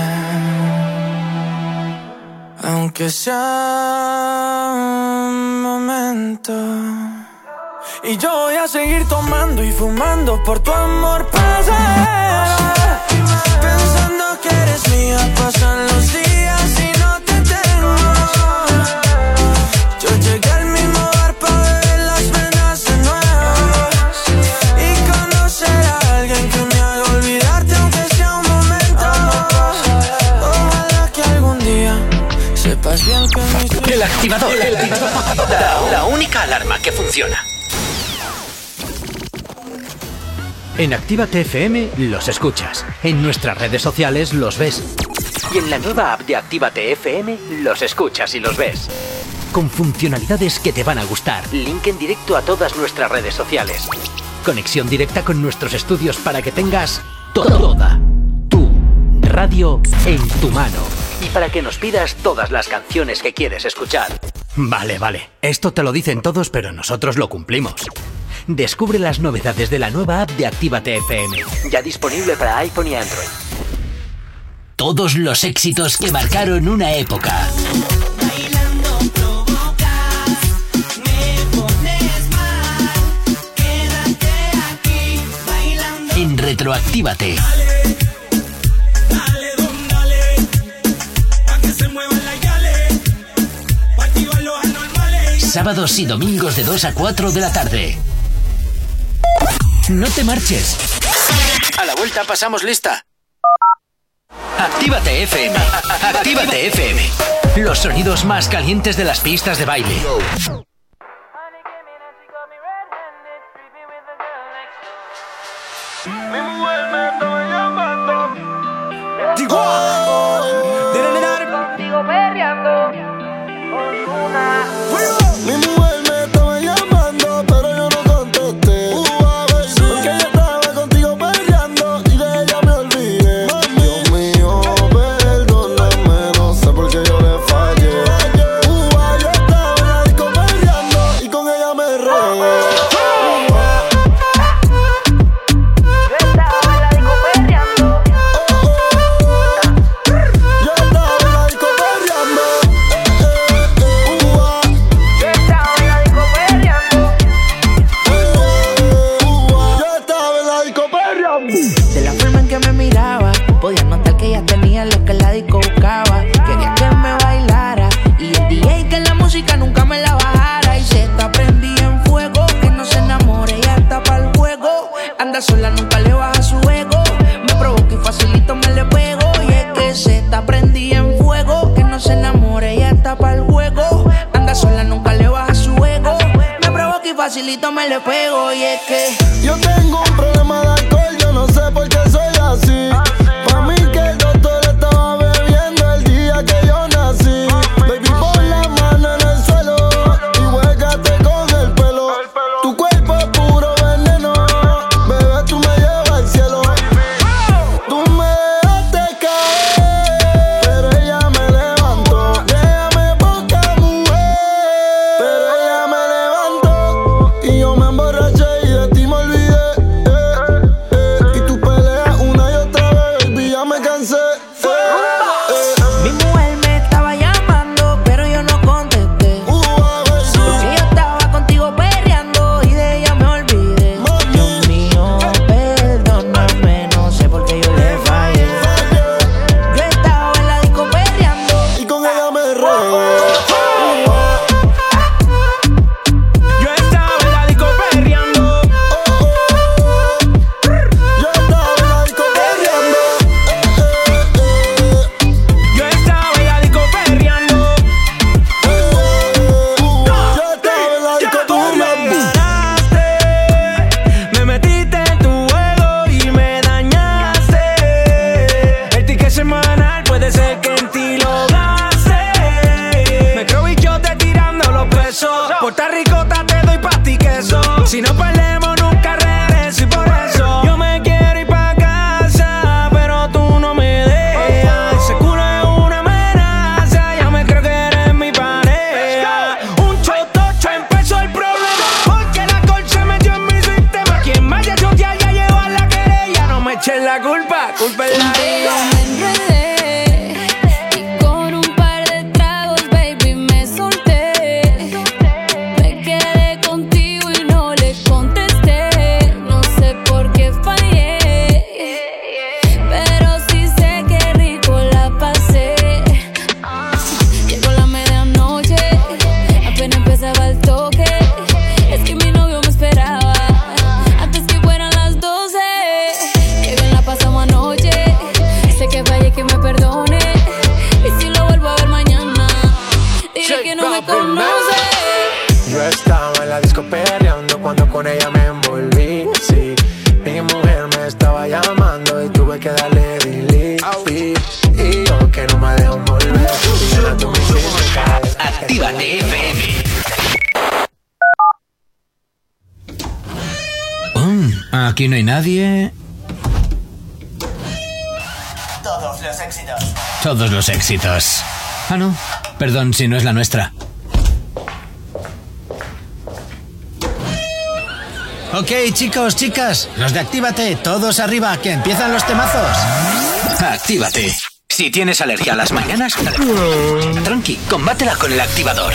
aunque sea un momento. Y yo voy a seguir tomando y fumando por tu amor pasajero, pensando que eres mía. Pasan los días y no te tengo. Yo llegué al mismo bar para beber las penas de nuevo y conocer a alguien que me haga olvidarte, aunque sea un momento. Ojalá que algún día sepas bien que mi... El activador. La única alarma que funciona. En Actívate FM los escuchas, en nuestras redes sociales los ves y en la nueva app de Actívate FM los escuchas y los ves. Con funcionalidades que te van a gustar, link en directo a todas nuestras redes sociales, conexión directa con nuestros estudios para que tengas toda tu radio en tu mano y para que nos pidas todas las canciones que quieres escuchar. Vale, esto te lo dicen todos, pero nosotros lo cumplimos. Descubre las novedades de la nueva app de Actívate FM, ya disponible para iPhone y Android. Todos los éxitos que marcaron una época. Bailando provocas, me pones mal. Quédate aquí, bailando. En Retroactívate. Dale, don, dale. Pa' que se muevan las yales. Pa' activar los anormales. Sábados y domingos de 2 a 4 de la tarde. No te marches. A la vuelta pasamos lista. Actívate FM. Actívate FM. Los sonidos más calientes de las pistas de baile. Mi mujer me está llamando. Contigo perreando. Mi mujer me estaba llamando, pero yo no contesté. Porque ella estaba contigo peleando y de ella me olvidé. Dios mío, perdóname, no sé por qué yo le fallé. Yo estaba en la disco peleando y con ella me regué. De la forma en que me miraba, podía notar que ella tenía lo que la disco buscaba. Quería que me bailara y el DJ que la música nunca me la bajara. Y se está prendida en fuego, que no se enamore, ella está pa'l juego. Anda sola, nunca le baja su ego. Me provoca y facilito me le pego. Y es que se está prendida en fuego, que no se enamore, ella está pa'l juego. Anda sola, nunca le baja su ego. Me provoca y facilito me le pego. Y es que yo tengo un problema de alcohol, yo no sé por qué soy así. Pa' mí que el doctor estaba bebiendo el día que yo nací. Baby, pon la mano en el suelo y huélgate con el pelo. Tu cuerpo es puro veneno, bebé, tú me llevas al cielo. Tú me dejaste caer, pero ella me levantó. Déjame poca mujer, pero ella me levantó. Y yo me emborraché y de ti me olvidé. Y tú peleas una y otra vez, baby, ya me cansé. mi mujer me estaba llamando, pero yo no contesté. Porque yo estaba contigo perreando y de ella me olvidé. Dios mío, perdóname, no sé por qué yo le fallé. Yo estaba en la disco perreando y con ella me regué. Yo estaba en la disco perreando. Yo estaba en la disco perreando. Yo estaba en la disco perreando. Yo estaba en la disco Tú me perreando. ganaste, me metiste en tu juego y me dañaste. El ticket semanal puede ser que en ti lo gaste. Me creo y yo te tirando los pesos. Puerta Ricota te doy pa' ti queso. aquí no hay nadie. Todos los éxitos. Todos los éxitos. Ah, no. Perdón si no es la nuestra. Ok, chicos, chicas, los de Actívate, todos arriba, que empiezan los temazos. Actívate. Si tienes alergia a las mañanas, tranqui, combátela con el activador.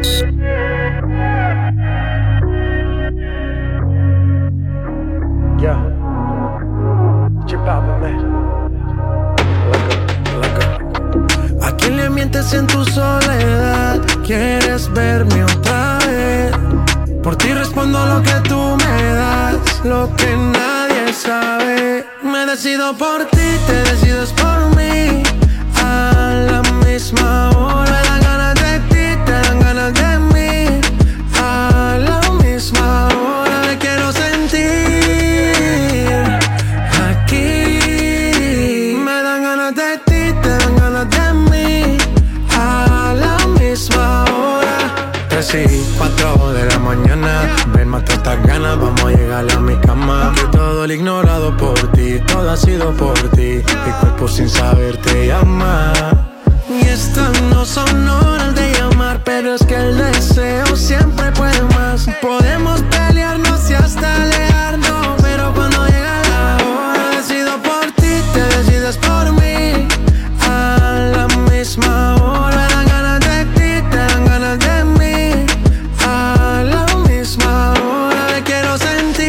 ¿A quién le mientes en tu soledad? ¿Quieres verme otra vez? Por ti respondo lo que tú me das, lo que nadie sabe. Me decido por ti, te decides por mí. A la misma hora me dan ganas de ti, te dan ganas de mí. A la misma hora me quiero sentir aquí. Me dan ganas de ti, te dan ganas de mí. A la misma hora. 3 y 4 de la mañana, ven, mata estas ganas, vamos a llegar a mi cama. Que todo el ignorado por ti, todo ha sido por ti. Mi cuerpo sin saber te llama. Y estas no son horas de llamar, pero es que el deseo siempre puede más. Podemos pelearnos y hasta alejarnos, pero cuando llega la hora decido por ti, te decides por mí. A la misma hora me dan ganas de ti, te dan ganas de mí. A la misma hora me quiero sentir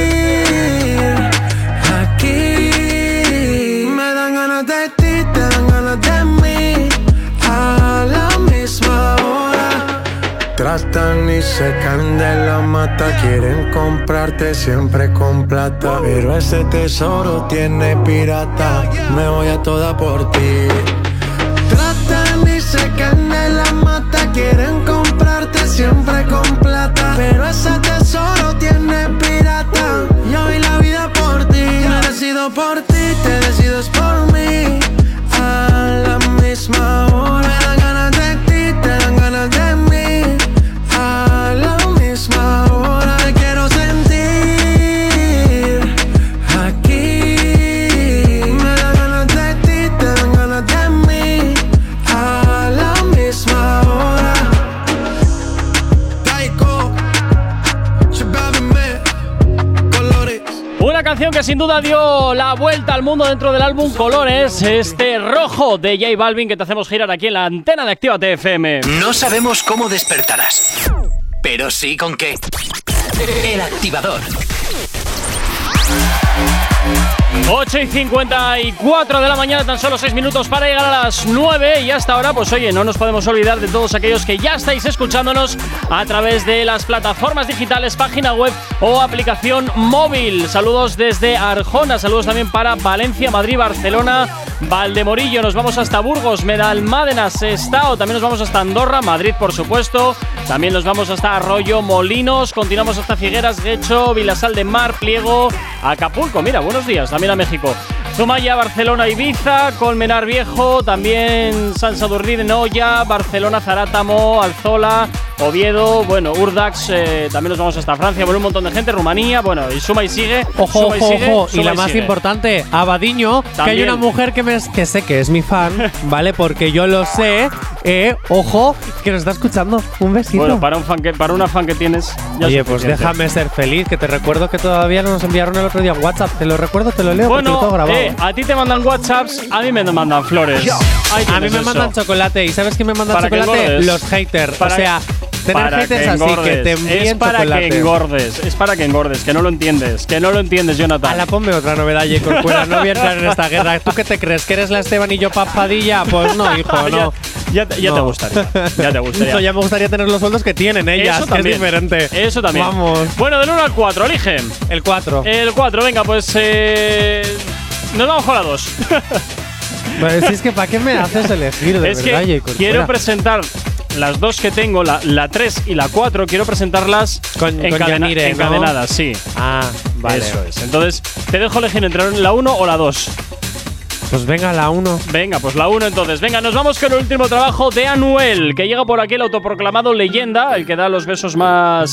aquí. Me dan ganas de ti, te dan ganas de mí. A la misma hora. Tratan y se caen de la mata, quieren comprarte siempre con plata, pero ese tesoro tiene pirata. Me voy a toda por ti. Tratan y se caen de la mata, quieren comprarte siempre con plata, pero ese tesoro tiene pirata. Yo doy la vida por ti, me decido por ti, te decides por mí. A la misma hora me dan ganas de ti, te dan ganas de mí. A la misma hora me quiero sentir aquí. Me dan ganas de ti, te dan ganas de mí. A la misma hora. Taiko, Colores. Una canción que sin duda dio la vuelta al mundo dentro del álbum Colores, este Rojo de J Balvin, que te hacemos girar aquí en la antena de Actívate FM. No sabemos cómo despertarás, pero sí con qué. El activador. 8:54 de la mañana, tan solo 6 minutos para llegar a las 9. Y hasta ahora, pues oye, no nos podemos olvidar de todos aquellos que ya estáis escuchándonos a través de las plataformas digitales, página web o aplicación móvil. Saludos desde Arjona, saludos también para Valencia, Madrid, Barcelona, Valdemorillo. Nos vamos hasta Burgos, Medalmádena, Sestao. También nos vamos hasta Andorra, Madrid, por supuesto. También nos vamos hasta Arroyo Molinos. Continuamos hasta Figueras, Guecho, Vilasal de Mar, Pliego, Acapulco. Mira, buenos días. También a México. Zumaya, Barcelona, Ibiza, Colmenar Viejo, también San Sadurní de Noya, Barcelona, Zarátamo, Alzola, Oviedo, bueno, Urdax, también nos vamos hasta Francia, bueno, un montón de gente, Rumanía, bueno, y suma y sigue. Ojo, suma sigue, ojo, suma y la más sigue. importante, Abadiño, que hay una mujer que sé que es mi fan, ¿vale? Porque yo lo sé, ojo, que nos está escuchando. Un besito. Bueno, para una fan que tienes, ya oye, es pues suficiente. déjame ser feliz, que te recuerdo que todavía nos enviaron el otro día en WhatsApp. Te lo recuerdo, te lo leo, porque lo Bueno, tengo grabado. a ti te mandan WhatsApps, a mí me mandan flores. Ahí A mí tienes me eso. mandan chocolate. ¿Y sabes quién me manda Para que chocolate? engordes. Los haters. Para- o sea, tener para haters que así engordes. que te envíen Es para chocolate. que engordes, es para que engordes, que no lo entiendes, Jonathan. Ala, ponme otra novedad, J. Corcuera. No voy a entrar en esta guerra. ¿Tú qué te crees? ¿Que eres la Esteban y yo Papadilla? Pues no, hijo, no. Ya te No. gustaría. Ya te gustaría. Hijo, ya me gustaría tener los sueldos que tienen ellas, Eso que es también. diferente. Eso también. Vamos. Bueno, del 1 al 4, elige. El 4. El 4, venga, pues nos vamos con la 2. Pues si es que ¿para qué me haces elegir, de Es verdad, que J. Corcuera? quiero presentar las dos que tengo, la 3 y la 4, quiero presentarlas con Yanire, ¿no? encadenadas, sí. Ah, vale. Eso es. Entonces, te dejo elegir entre la 1 o la 2. Pues venga, la 1. Venga, pues la 1 entonces. Venga, nos vamos con el último trabajo de Anuel, que llega por aquí el autoproclamado leyenda, el que da los besos más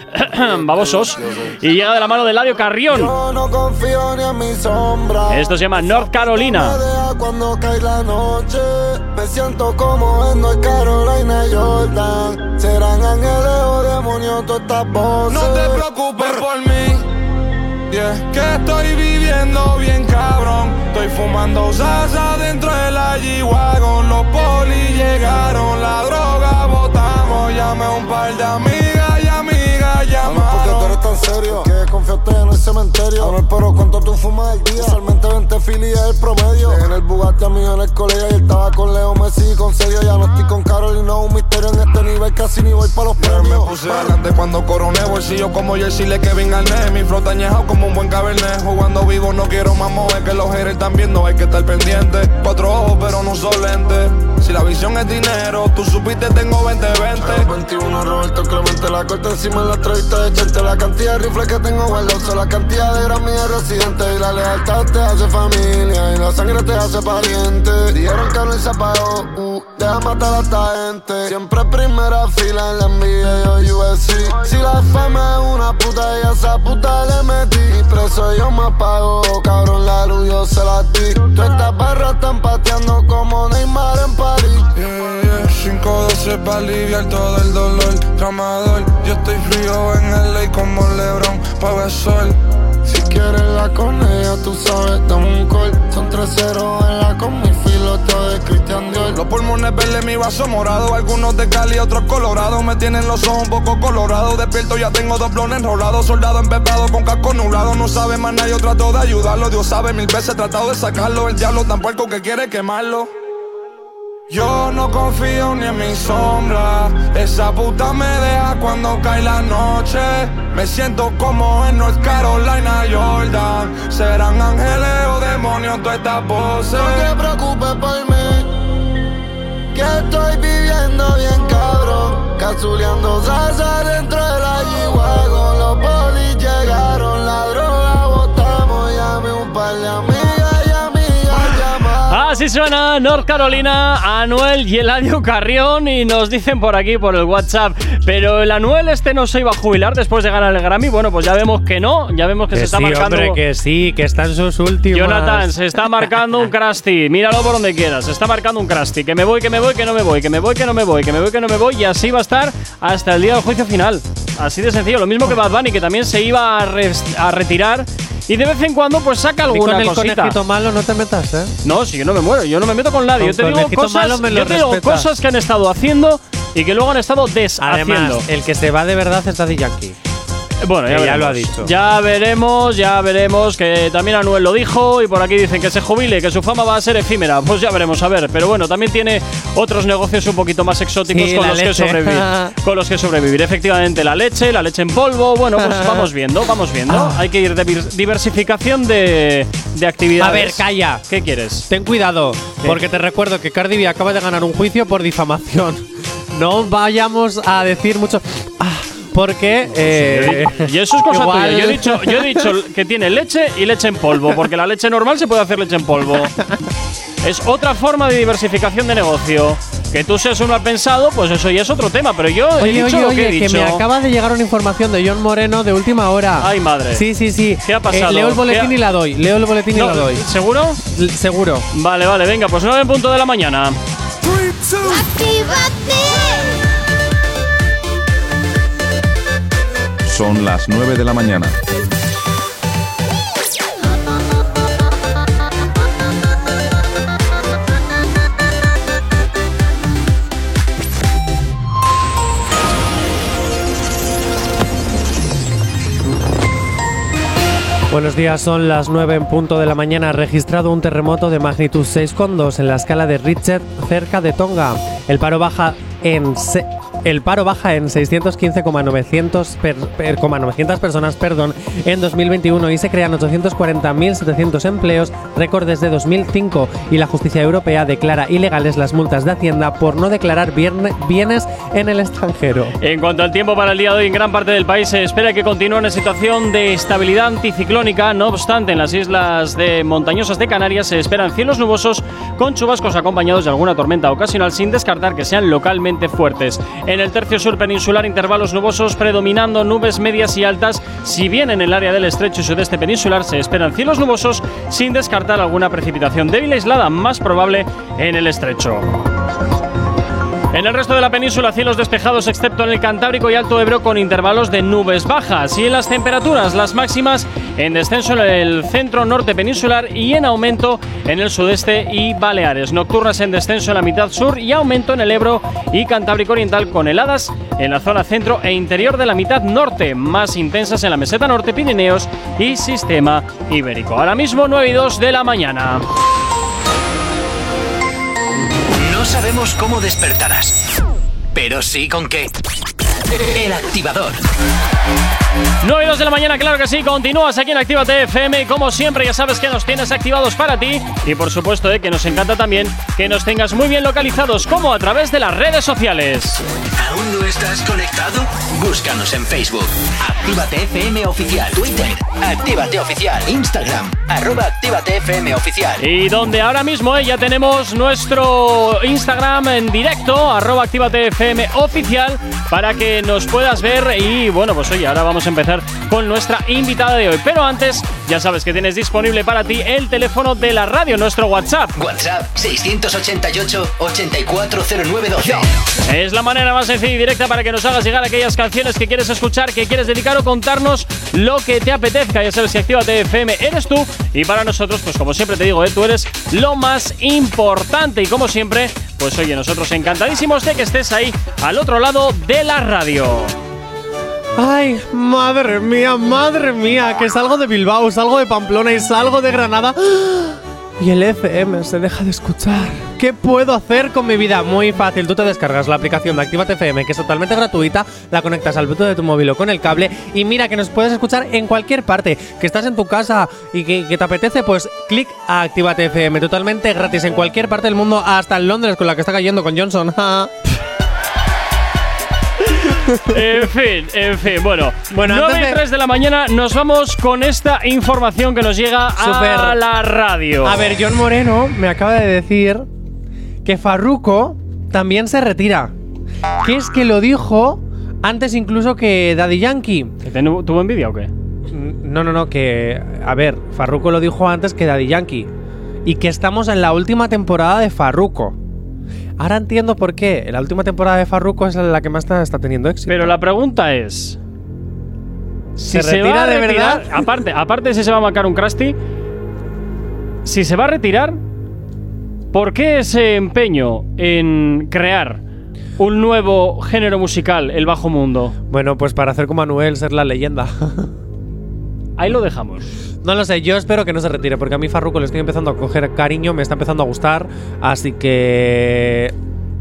babosos. Y llega de la mano de Eladio Carrión. Yo no confío ni en mi sombra. Esto se llama North Carolina. Me deja cuando cae la noche. Me siento como en North Carolina y Jordan. Serán ángeles o demonios todas estas voces. No te preocupes por mí, yeah, que estoy viviendo bien cabrón. Estoy fumando salsa dentro de la G-Wagon. Los polis llegaron, la droga botamos. Llamé a un par de amigas y amigas llamaron. ¿Por qué tú eres tan serio? Que confiaste en el cementerio. Amor, pero ¿cuánto tú fumas al día? Usualmente 20 filis es el promedio. En el Bugatti a mí en el colegio y estaba con Leo Messi y con Sergio. Ya no estoy con Carolina, un misterio en este nivel. Casi ni voy pa' los premios. Me puse adelante cuando coroné. Bolsillo como Jersey, le Kevin Garnett. Mi flota añejado como un buen cabernet. Jugando vivo no quiero más mover. Que los haters están viendo, hay que estar pendiente. 4 ojos pero no son lentes. Si la visión es dinero, tú supiste tengo 20-20. 21 Roberto Clemente, la corta encima en la entrevista de Chente. La cantidad de rifles que tengo guardados, la cantidad de Grammy de residentes. Y la lealtad te hace familia y la sangre te hace pariente. Dijeron que no se apagó, deja matar a esta gente. Siempre primera fila en la NBA y USC. Si la fama es una puta y a esa puta le metí. Y preso yo me apago, cabrón, la luz yo se la di. Todas estas barras están pateando como Neymar en París. 5-12 pa' aliviar todo el dolor. Tramador, yo estoy frío en el ley como LeBron, pa' ver sol. Si quieres la con ella, tú sabes, dame un call. Son 3-0 en la con mi filoteo de Christian Dior. Los pulmones verdes, mi vaso morado. Algunos de Cali, otros colorados. Me tienen los ojos un poco colorados. Despierto, ya tengo 2 blones enrolados. Soldado empepado con casco nublado. No sabe más nada, yo trato de ayudarlo. Dios sabe, 1000 veces he tratado de sacarlo. El diablo tan puerco que quiere quemarlo. Yo no confío ni en mi sombra. Esa puta me deja cuando cae la noche. Me siento como en North Carolina, Jordan. Serán ángeles o demonios todas estas voces. No te preocupes por mí, que estoy viviendo bien cabrón. Cazuleando salsa dentro de la G-Wagon. Los polis llegaron, la droga botamos. Llamé un par de amigas y amigas llamaron. Así suena North Carolina, Anuel y Eladio Carrión. Y nos dicen por aquí, por el WhatsApp, pero el Anuel no se iba a jubilar después de ganar el Grammy. Bueno, pues ya vemos que no, ya vemos que se está sí, marcando. Hombre, que sí, que está en sus últimos. Jonathan, se está marcando un crusty. Míralo por donde quieras, se está marcando un crusty. Que me voy, que me voy, que no me voy, que me voy, que no me voy, que me voy, que no me voy. Y así va a estar hasta el día del juicio final. Así de sencillo. Lo mismo que Bad Bunny, que también se iba a retirar. Y de vez en cuando pues saca alguna cosita. Con el conejito malo no te metas, ¿eh? No, si yo no me muero, yo no me meto con nadie. Yo te digo cosas que han estado haciendo y que luego han estado deshaciendo. Además, el que se va de verdad es Daddy Yankee. Bueno, ya lo ha dicho. Ya veremos, que también Anuel lo dijo y por aquí dicen que se jubile, que su fama va a ser efímera. Pues ya veremos, a ver. Pero bueno, también tiene otros negocios un poquito más exóticos con los que sobrevivir. Efectivamente, la leche en polvo. Bueno, pues vamos viendo. Hay que ir diversificación de actividades. A ver, calla. ¿Qué quieres? Ten cuidado, porque te recuerdo que Cardi B acaba de ganar un juicio por difamación. No vayamos a decir mucho. Porque y eso es cosa tuya. Yo he dicho que tiene leche y leche en polvo, porque la leche normal se puede hacer leche en polvo. Es otra forma de diversificación de negocio. Que tú seas un mal pensado, pues eso ya es otro tema. Pero yo he dicho lo que he dicho. Que me acaba de llegar una información de John Moreno de última hora. Ay, madre. Sí. ¿Qué ha pasado? Leo el boletín y la doy. ¿Seguro? Seguro. Vale, venga, pues 9 en punto de la mañana. Son las 9 de la mañana. Buenos días, son las 9 en punto de la mañana. Registrado un terremoto de magnitud 6,2 en la escala de Richter cerca de Tonga. El paro baja en 615,900 personas en 2021 y se crean 840.700 empleos, récord desde 2005. Y la justicia europea declara ilegales las multas de Hacienda por no declarar bienes en el extranjero. En cuanto al tiempo para el día de hoy, en gran parte del país se espera que continúe una situación de estabilidad anticiclónica. No obstante, en las islas montañosas de Canarias se esperan cielos nubosos con chubascos acompañados de alguna tormenta ocasional, sin descartar que sean localmente fuertes. En el tercio sur peninsular, intervalos nubosos predominando nubes medias y altas. Si bien en el área del estrecho y sudeste peninsular se esperan cielos nubosos, sin descartar alguna precipitación débil aislada, más probable en el estrecho. En el resto de la península, cielos despejados excepto en el Cantábrico y Alto Ebro con intervalos de nubes bajas. Y en las temperaturas, las máximas en descenso en el centro norte peninsular y en aumento en el sudeste y Baleares. Nocturnas en descenso en la mitad sur y aumento en el Ebro y Cantábrico Oriental con heladas en la zona centro e interior de la mitad norte, más intensas en la meseta norte, Pirineos y sistema ibérico. Ahora mismo 9:02 de la mañana. No sabemos cómo despertarás, pero sí con qué. El Activador. 9:02 de la mañana, claro que sí. Continúas aquí en Actívate FM. Como siempre, ya sabes que nos tienes activados para ti. Y por supuesto, que nos encanta también que nos tengas muy bien localizados, como a través de las redes sociales. ¿Aún no estás conectado? Búscanos en Facebook. Actívate FM Oficial. Twitter. Actívate Oficial. Instagram. @Actívate FM Oficial. Y donde ahora mismo ya tenemos nuestro Instagram en directo, @Actívate FM Oficial, para que nos puedas ver. Y bueno, pues oye, ahora vamos a empezar con nuestra invitada de hoy. Pero antes, ya sabes que tienes disponible para ti el teléfono de la radio, nuestro WhatsApp. WhatsApp 688-840912. Es la manera más sencilla y directa para que nos hagas llegar aquellas canciones que quieres escuchar, que quieres dedicar o contarnos lo que te apetezca. Ya sabes que Actívate FM eres tú y para nosotros, pues como siempre te digo, tú eres lo más importante. Y como siempre, pues oye, nosotros encantadísimos de que estés ahí al otro lado de la radio. Ay, madre mía, que salgo de Bilbao, salgo de Pamplona y salgo de Granada y el FM se deja de escuchar. ¿Qué puedo hacer con mi vida? Muy fácil, tú te descargas la aplicación de Actívate FM, que es totalmente gratuita, la conectas al Bluetooth de tu móvil o con el cable y mira que nos puedes escuchar en cualquier parte, que estás en tu casa y que te apetece, pues clic a Actívate FM, totalmente gratis en cualquier parte del mundo, hasta en Londres con la que está cayendo con Johnson. En fin, bueno 9:03 de la mañana nos vamos con esta información que nos llega a la radio. A ver, John Moreno me acaba de decir que Farruko también se retira. Que es que lo dijo antes incluso que Daddy Yankee. ¿Tuvo envidia o qué? No, que… A ver, Farruko lo dijo antes que Daddy Yankee. Y que estamos en la última temporada de Farruko. Ahora entiendo por qué. La última temporada de Farruko es la que más está teniendo éxito. Pero la pregunta es… ¿Se retira de verdad? Aparte de si se va a marcar un Krusty, si se va a retirar, ¿por qué ese empeño en crear un nuevo género musical, el bajo mundo? Bueno, pues para hacer como Anuel, ser la leyenda. Ahí lo dejamos. No lo sé, yo espero que no se retire, porque a mí Farruko le estoy empezando a coger cariño, me está empezando a gustar, así que…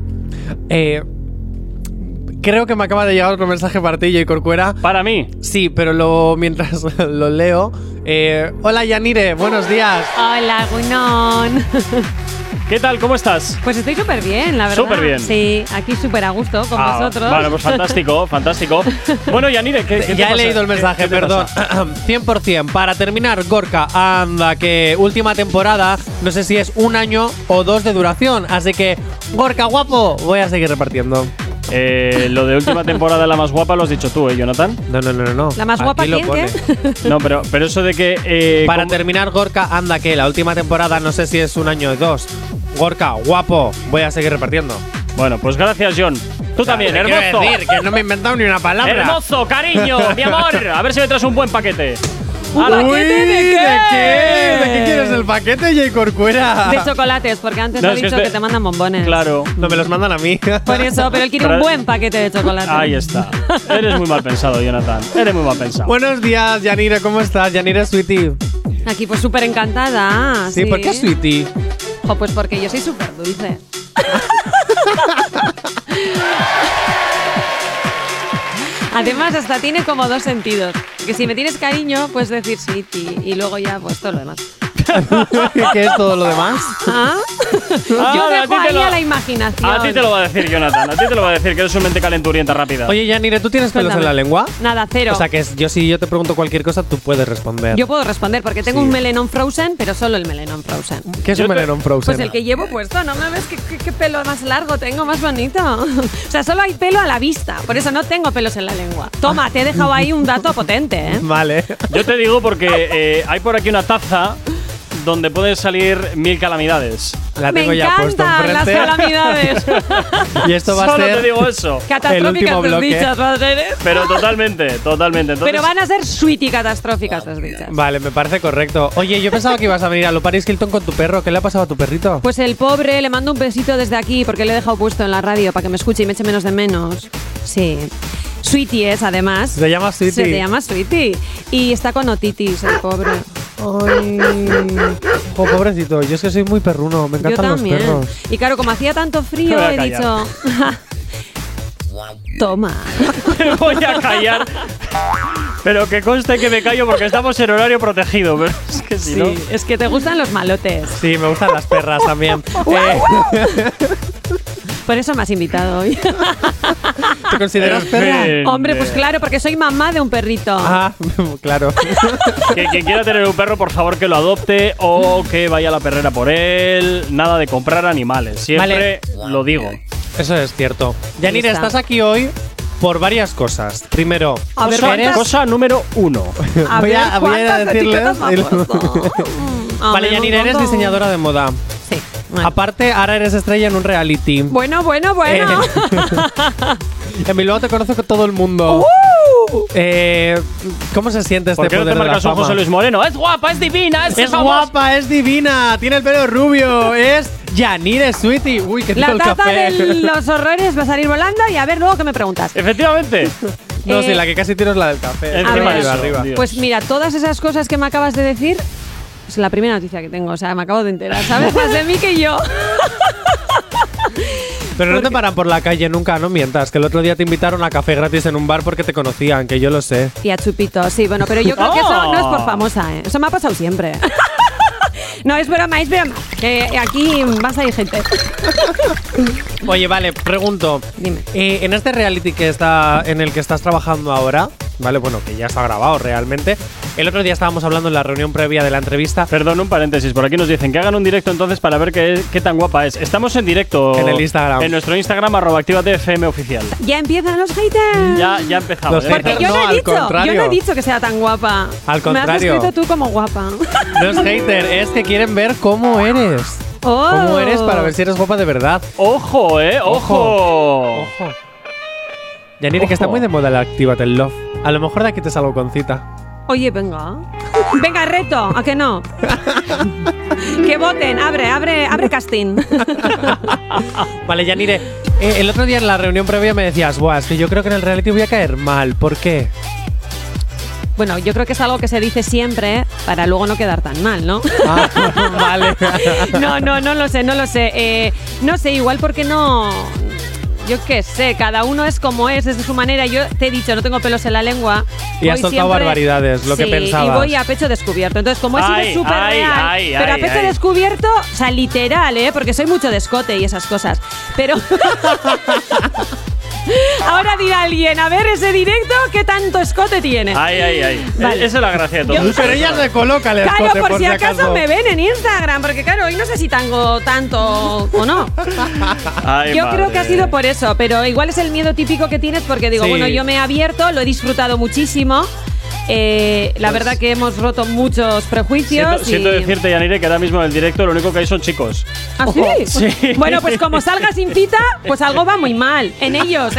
creo que me acaba de llegar otro mensaje para ti, J. Corcuera. ¿Para mí? Sí, pero mientras lo leo… hola, Yanire, buenos días. Hola, Gunón. ¿Qué tal? ¿Cómo estás? Pues estoy súper bien, la verdad. Súper bien. Sí, aquí súper a gusto con vosotros. Bueno, pues fantástico. Bueno, Yanire, ¿qué ya te he leído el mensaje, perdón. 100%. Para terminar, Gorka, anda, que última temporada, no sé si es 1 año o 2 de duración. Así que, Gorka, guapo, voy a seguir repartiendo. Lo de última temporada la más guapa lo has dicho tú, Jonathan. No. ¿La más guapa quién? ¿Qué? No, pero eso de que… para terminar, Gorka, anda, que la última temporada no sé si es 1 año o 2. Gorka, guapo, voy a seguir repartiendo. Bueno, pues gracias, John. Tú también, hermoso. Quiero decir que no me he inventado ni una palabra. Hermoso, cariño, mi amor. A ver si me traes un buen paquete. ¿Paquete de qué? ¿De qué quieres el paquete, J. Corcuera? De chocolates, porque antes no, he dicho que te mandan bombones. Claro. No me los mandan a mí. Por eso, pero él quiere un buen paquete de chocolates. Ahí está. Eres muy mal pensado, Jonathan. Eres muy mal pensado. Buenos días, Yanire, ¿cómo estás? Yanire Sweetie. Aquí pues súper encantada. Sí, ¿por qué Sweetie? Pues porque yo soy súper dulce. Además, hasta tiene como 2 sentidos. Que si me tienes cariño, puedes decir sweetie y luego ya, pues todo lo demás. ¿Qué es todo lo demás? Yo dejo ahí a la imaginación. imaginación. A ti te lo va a decir, Jonathan. A ti te lo va a decir, que eres un mente calenturienta rápida. Oye, Yanire, ¿tú tienes pelos en la lengua? Nada, cero. O sea, que si yo te pregunto cualquier cosa, tú puedes responder. Yo puedo responder porque tengo Sí. un melenón frozen, pero solo el melenón frozen. ¿Qué es un melenón frozen? Pues el que llevo puesto, ¿no me ves qué pelo más largo tengo, más bonito? O sea, solo hay pelo a la vista, por eso no tengo pelos en la lengua. Toma, te he dejado ahí un dato potente, ¿eh? Vale. Yo te digo porque hay por aquí una taza donde pueden salir 1000 calamidades. La Me tengo ya puesta encantan las enfrente. calamidades. Y esto va a Solo ser te digo eso. el Catastróficas último tus bloque. dichas, va a ser, ¿eh? Pero totalmente. Entonces, Pero van a ser sweetie catastróficas tus dichas. Vale, me parece correcto. Oye, yo pensaba que ibas a venir a lo Paris Hilton con tu perro. ¿Qué le ha pasado a tu perrito? Pues el pobre, le mando un besito desde aquí porque le he dejado puesto en la radio para que me escuche y me eche menos de menos. Sí. Sweetie es, además. Se llama Sweetie. Se llama Sweetie. Y está con otitis, el pobre. Ay. Oh, pobrecito. Yo es que soy muy perruno. Me Yo encantan los también. perros. Y claro, como hacía tanto Me frío, voy a he callar. dicho... Toma. me voy a callar. Pero que conste que me callo porque estamos en horario protegido. Pero es que si no. Sí, es que te gustan los malotes. Sí, me gustan las perras también. Por eso me has invitado hoy. ¿Te consideras perra? Hombre, pues claro, porque soy mamá de un perrito. Ah, claro. Que quien quiera tener un perro, por favor, que lo adopte o que vaya a la perrera por él. Nada de comprar animales. Siempre lo digo. Eso es cierto. Yanire, Ahí está. estás aquí hoy por varias cosas. Primero, A ver, Cosa número 1. A voy ver, a ir a ¿cuántas decirles. etiquetas me has puesto? Vale, me Yanire, eres montón. diseñadora de moda. Sí. Vale. Aparte, ahora eres estrella en un reality. Bueno. En Bilbao te conoce con todo el mundo. ¿Cómo se siente este ¿Por qué no poder te de la marcas un fama? José Luis Moreno? ¡Es guapa, es divina! Es guapa, es divina, tiene el pelo rubio, es Yanire Sweetie. Uy, qué La rico el taza café. de los horrores va a salir volando y a ver luego qué me preguntas. Efectivamente. No, sí, Eh, la que casi tiro es la del café. A ver. arriba. Dios. Pues mira, todas esas cosas que me acabas de decir es la primera noticia que tengo. O sea, me acabo de enterar. ¿Sabes más de mí que yo? Pero no te paran por la calle nunca, no mientas. Que el otro día te invitaron a café gratis en un bar porque te conocían, que yo lo sé. Y a Chupito, sí, bueno, pero yo creo que eso no es por famosa, ¿eh? Eso me ha pasado siempre. No, es broma, es broma. Que aquí vas a ir gente. Oye, vale, pregunto. Dime. En este reality en el que estás trabajando ahora, vale, bueno, que ya está grabado realmente. El otro día estábamos hablando en la reunión previa de la entrevista. Perdón, un paréntesis. Por aquí nos dicen que hagan un directo entonces para ver qué tan guapa es. Estamos en directo. En el Instagram. En nuestro Instagram, @activatefm oficial. Ya empiezan los haters. Ya empezamos. Los Porque yo No, no, al he dicho, contrario. yo no he dicho que sea tan guapa. Al Me contrario. has descrito tú como guapa. No es hater, es que quieren ver cómo eres. Oh. ¿Cómo eres para ver si eres guapa de verdad? ¡Ojo, ojo! Ojo. Yanire, que está Ojo. muy de moda el Actívate el Love. A lo mejor de aquí te salgo con cita. Oye, venga. Venga, reto, ¿a que no? Que voten, abre casting. Vale, Yanire, el otro día en la reunión previa me decías, buah, es que yo creo que en el reality voy a caer mal. ¿Por qué? Bueno, yo creo que es algo que se dice siempre para luego no quedar tan mal, ¿no? Ah, vale. No lo sé. No sé, igual porque no... Yo qué sé, cada uno es como es, de su manera. Yo te he dicho, no tengo pelos en la lengua. Y has Voy soltado siempre- barbaridades, lo que Sí, pensabas. y voy a pecho descubierto. Entonces, como he Ay, sido súper ay, real, ay, pero a ay, pecho ay. descubierto, o sea, literal, porque soy mucho de escote y esas cosas. Pero... Ahora dirá alguien, a ver ese directo, ¿qué tanto escote tiene? Ay. Vale. Esa es la gracia de todo. Yo- Pero ella se coloca el escote Claro, por si acaso me ven en Instagram, porque claro, hoy no sé si tengo tanto o no. Ay, Yo creo madre. que ha sido por eso, pero igual es el miedo típico que tienes porque digo, Sí. bueno, yo me he abierto, lo he disfrutado muchísimo. La verdad que hemos roto muchos prejuicios. Siento y... decirte, Yanire, que ahora mismo en el directo lo único que hay son chicos. ¿Ah, sí? Sí. Bueno, pues como salga sin cita, pues algo va muy mal. En ellos.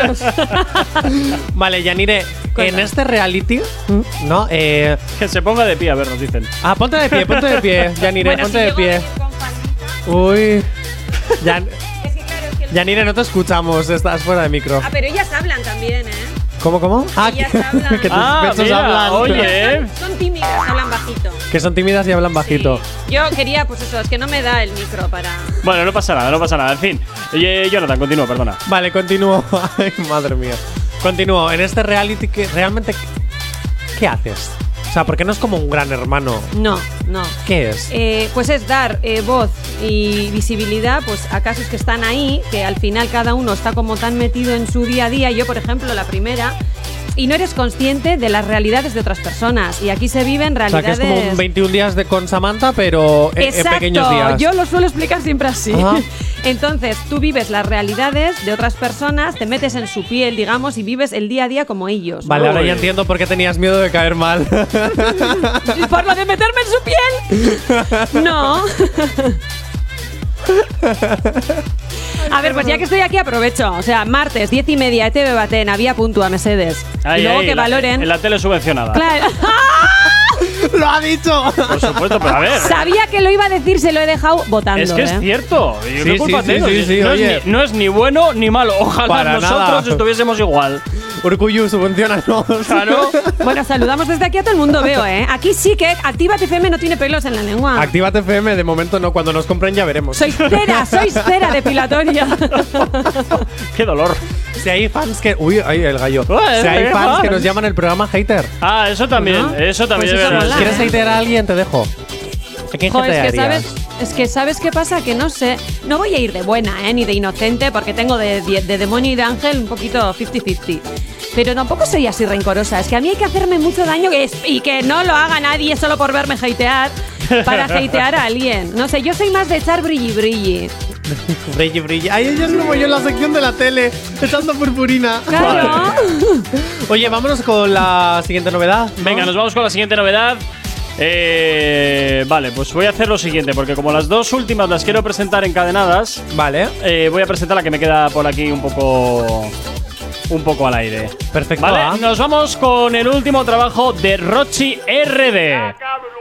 Vale, Yanire, en Cuéntame. este reality, ¿no? Que se ponga de pie, a ver, nos dicen. Ponte de pie, Yanire, Bueno, ponte si de llego pie. a venir con faldita- Uy. Yan- Es que claro, es que Yanire, no te escuchamos, estás fuera de micro. Ah, pero ellas hablan también, ¿eh? ¿Cómo? Ellas hablan. que tus besos mira, hablan. oye. Son tímidas, hablan bajito. Que son tímidas y hablan bajito. Sí. Yo quería, pues eso, es que no me da el micro para... Bueno, no pasa nada. En fin. Oye, Jonathan, continúa, perdona. Vale, continúo. Ay, madre mía. Continúo. En este reality, que realmente, ¿qué haces? O sea, porque no es como un gran hermano. No. no. ¿Qué es? Pues es dar voz y visibilidad pues a casos que están ahí, que al final cada uno está como tan metido en su día a día. Yo, por ejemplo, la primera, y no eres consciente de las realidades de otras personas. Y aquí se viven realidades… O sea, que es como un 21 días con Samantha, pero en pequeños días. Yo lo suelo explicar siempre así. Ajá. Entonces, tú vives las realidades de otras personas, te metes en su piel, digamos, y vives el día a día como ellos. Vale, ahora ya entiendo por qué tenías miedo de caer mal. ¿Por lo de meterme en su piel? No. A ver, pues ya que estoy aquí aprovecho. O sea, martes, 10:30, ETV Baten, Avia Puntua, Mercedes. Ahí, y luego ahí, que valoren… En la tele subvencionada. Claro. ¡Lo ha dicho! Por supuesto, pero a ver. Sabía que lo iba a decir, se lo he dejado votando. Es que es cierto. ¿Y qué culpa tengo? No es ni bueno ni malo. Ojalá Para nosotros nada. estuviésemos igual. Urcuyu, subvencionanos. Claro. Bueno, saludamos desde aquí a todo el mundo, veo, ¿eh? Aquí sí que Actívate FM no tiene pelos en la lengua. Actívate FM, de momento no. Cuando nos compren ya veremos. Soy cera depilatoria. Qué dolor. Si hay fans que… Uy, ahí el gallo. Ué, Si hay qué fans fans. que nos llaman el programa hater. Ah, eso también. ¿No? Eso también. Pues eso debe mola, ser. ¿Quieres hatear a alguien? Te dejo. ¿A quién Joder, hatearías? es que sabes qué pasa, que no sé. No voy a ir de buena, ni de inocente, porque tengo de demonio y de ángel un poquito 50-50. Pero tampoco soy así rencorosa. Es que a mí hay que hacerme mucho daño y que no lo haga nadie solo por verme hatear para hatear a alguien. No sé, yo soy más de echar brilli. Brilli, brilli. Ay, ella es como yo en la sección de la tele, echando purpurina. Claro. Oye, vámonos con la siguiente novedad, ¿no? Venga, nos vamos con la siguiente novedad. Vale, pues voy a hacer lo siguiente, porque como las dos últimas las quiero presentar encadenadas, vale, voy a presentar la que me queda por aquí un poco al aire. Perfecto. Vale, nos vamos con el último trabajo de Rochi RD.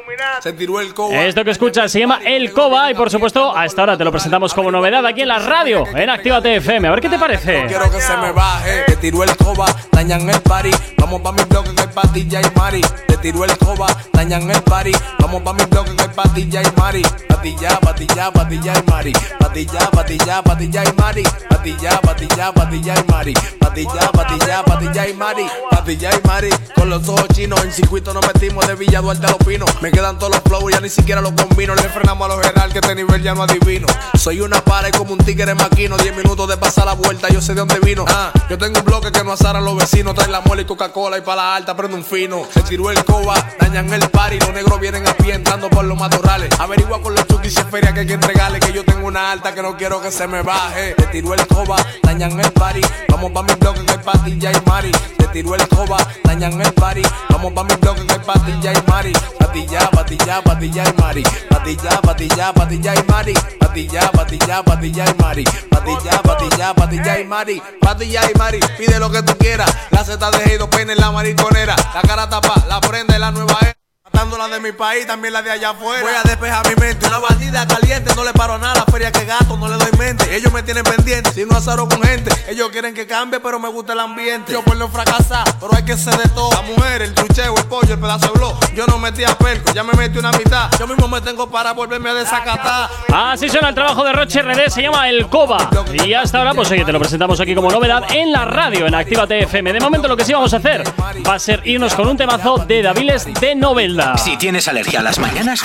Se tiró el coba. Esto que escuchas se llama El Coba y por supuesto a esta hora te lo presentamos como novedad aquí en la radio, en Actívate FM. A ver qué te parece. Quiero que se me baje. Te tiró el coba, dañan el party. Vamos pa' mi bloque que hay patilla y mari. Te tiró el coba, dañan el party. Vamos pa' mi bloque que hay patilla y mari. Patilla, patilla, patilla y mari. Patilla, patilla, patilla y mari. Patilla, patilla, patilla y mari. Patilla, patilla, patilla y mari. Patilla y mari. Con los ojos chinos en circuito nos metimos de Villa Duarte a Los Pinos. Me quedan todos los flows, ya ni siquiera los combino. Le frenamos a los general que este nivel ya no adivino. Soy una para y como un tigre maquino. 10 minutos de pasar la vuelta, yo sé de dónde vino. Yo tengo un bloque que no azara a los vecinos. Trae la muela y Coca-Cola y pa' la alta prende un fino. Se tiró el coba, dañan el party. Los negros vienen a pie entrando por los matorrales. Averigua con los chukis si es feria que hay que entregarle. Que yo tengo una alta que no quiero que se me baje. Te tiró el coba, dañan el party. Vamos pa' mi bloque que hay patilla y mari. Te tiró el coba, dañan el party. Vamos pa' mi bloque que hay patilla y mari. Patilla, patilla, patilla y mari. Patilla, patilla, patilla y mari. Patilla, patilla, patilla y mari. Patilla, patilla, patilla y mari. Patilla y mari, pide lo que tú quieras. La zeta de Heido peine en la mariconera. La cara tapa, la prenda de la nueva era. Matando la de mi país, también la de allá afuera. Voy a despejar mi mente. Una bandida caliente, no le paro nada. La feria que gato, no le doy mente. Ellos me tienen pendiente, si no azaro con gente. Ellos quieren que cambie, pero me gusta el ambiente. Yo por no fracasar, pero hay que ser de todo. La mujer, el trucheo, el pollo, el pedazo de blog. Yo no metí a perco, ya me metí una mitad. Yo mismo me tengo para volverme a desacatar. Así suena el trabajo de Roche RD, se llama El Coba. Y hasta ahora, pues oye, te lo presentamos aquí como novedad en la radio, en Actívate FM. De momento lo que sí vamos a hacer va a ser irnos con un temazo de Daviles de Novelda. Si tienes alergia a las mañanas,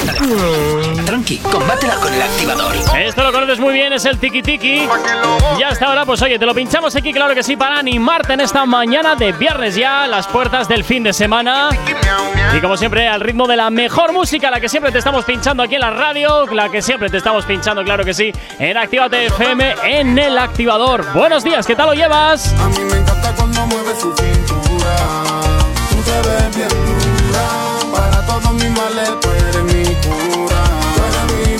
tranqui, combátela con el activador. Esto lo conoces muy bien, es el Tiki Tiki. Y hasta ahora, pues oye, te lo pinchamos aquí, claro que sí, para animarte en esta mañana de viernes ya, las puertas del fin de semana. Y como siempre, al ritmo de la mejor música, la que siempre te estamos pinchando aquí en la radio, la que siempre te estamos pinchando, claro que sí, en Actívate FM, en el activador. Buenos días, ¿qué tal lo llevas? A mí me encanta cuando mueve su cintura. Tú te ves bien dura. Para todos mis males tú eres mi cura. Tú eres mi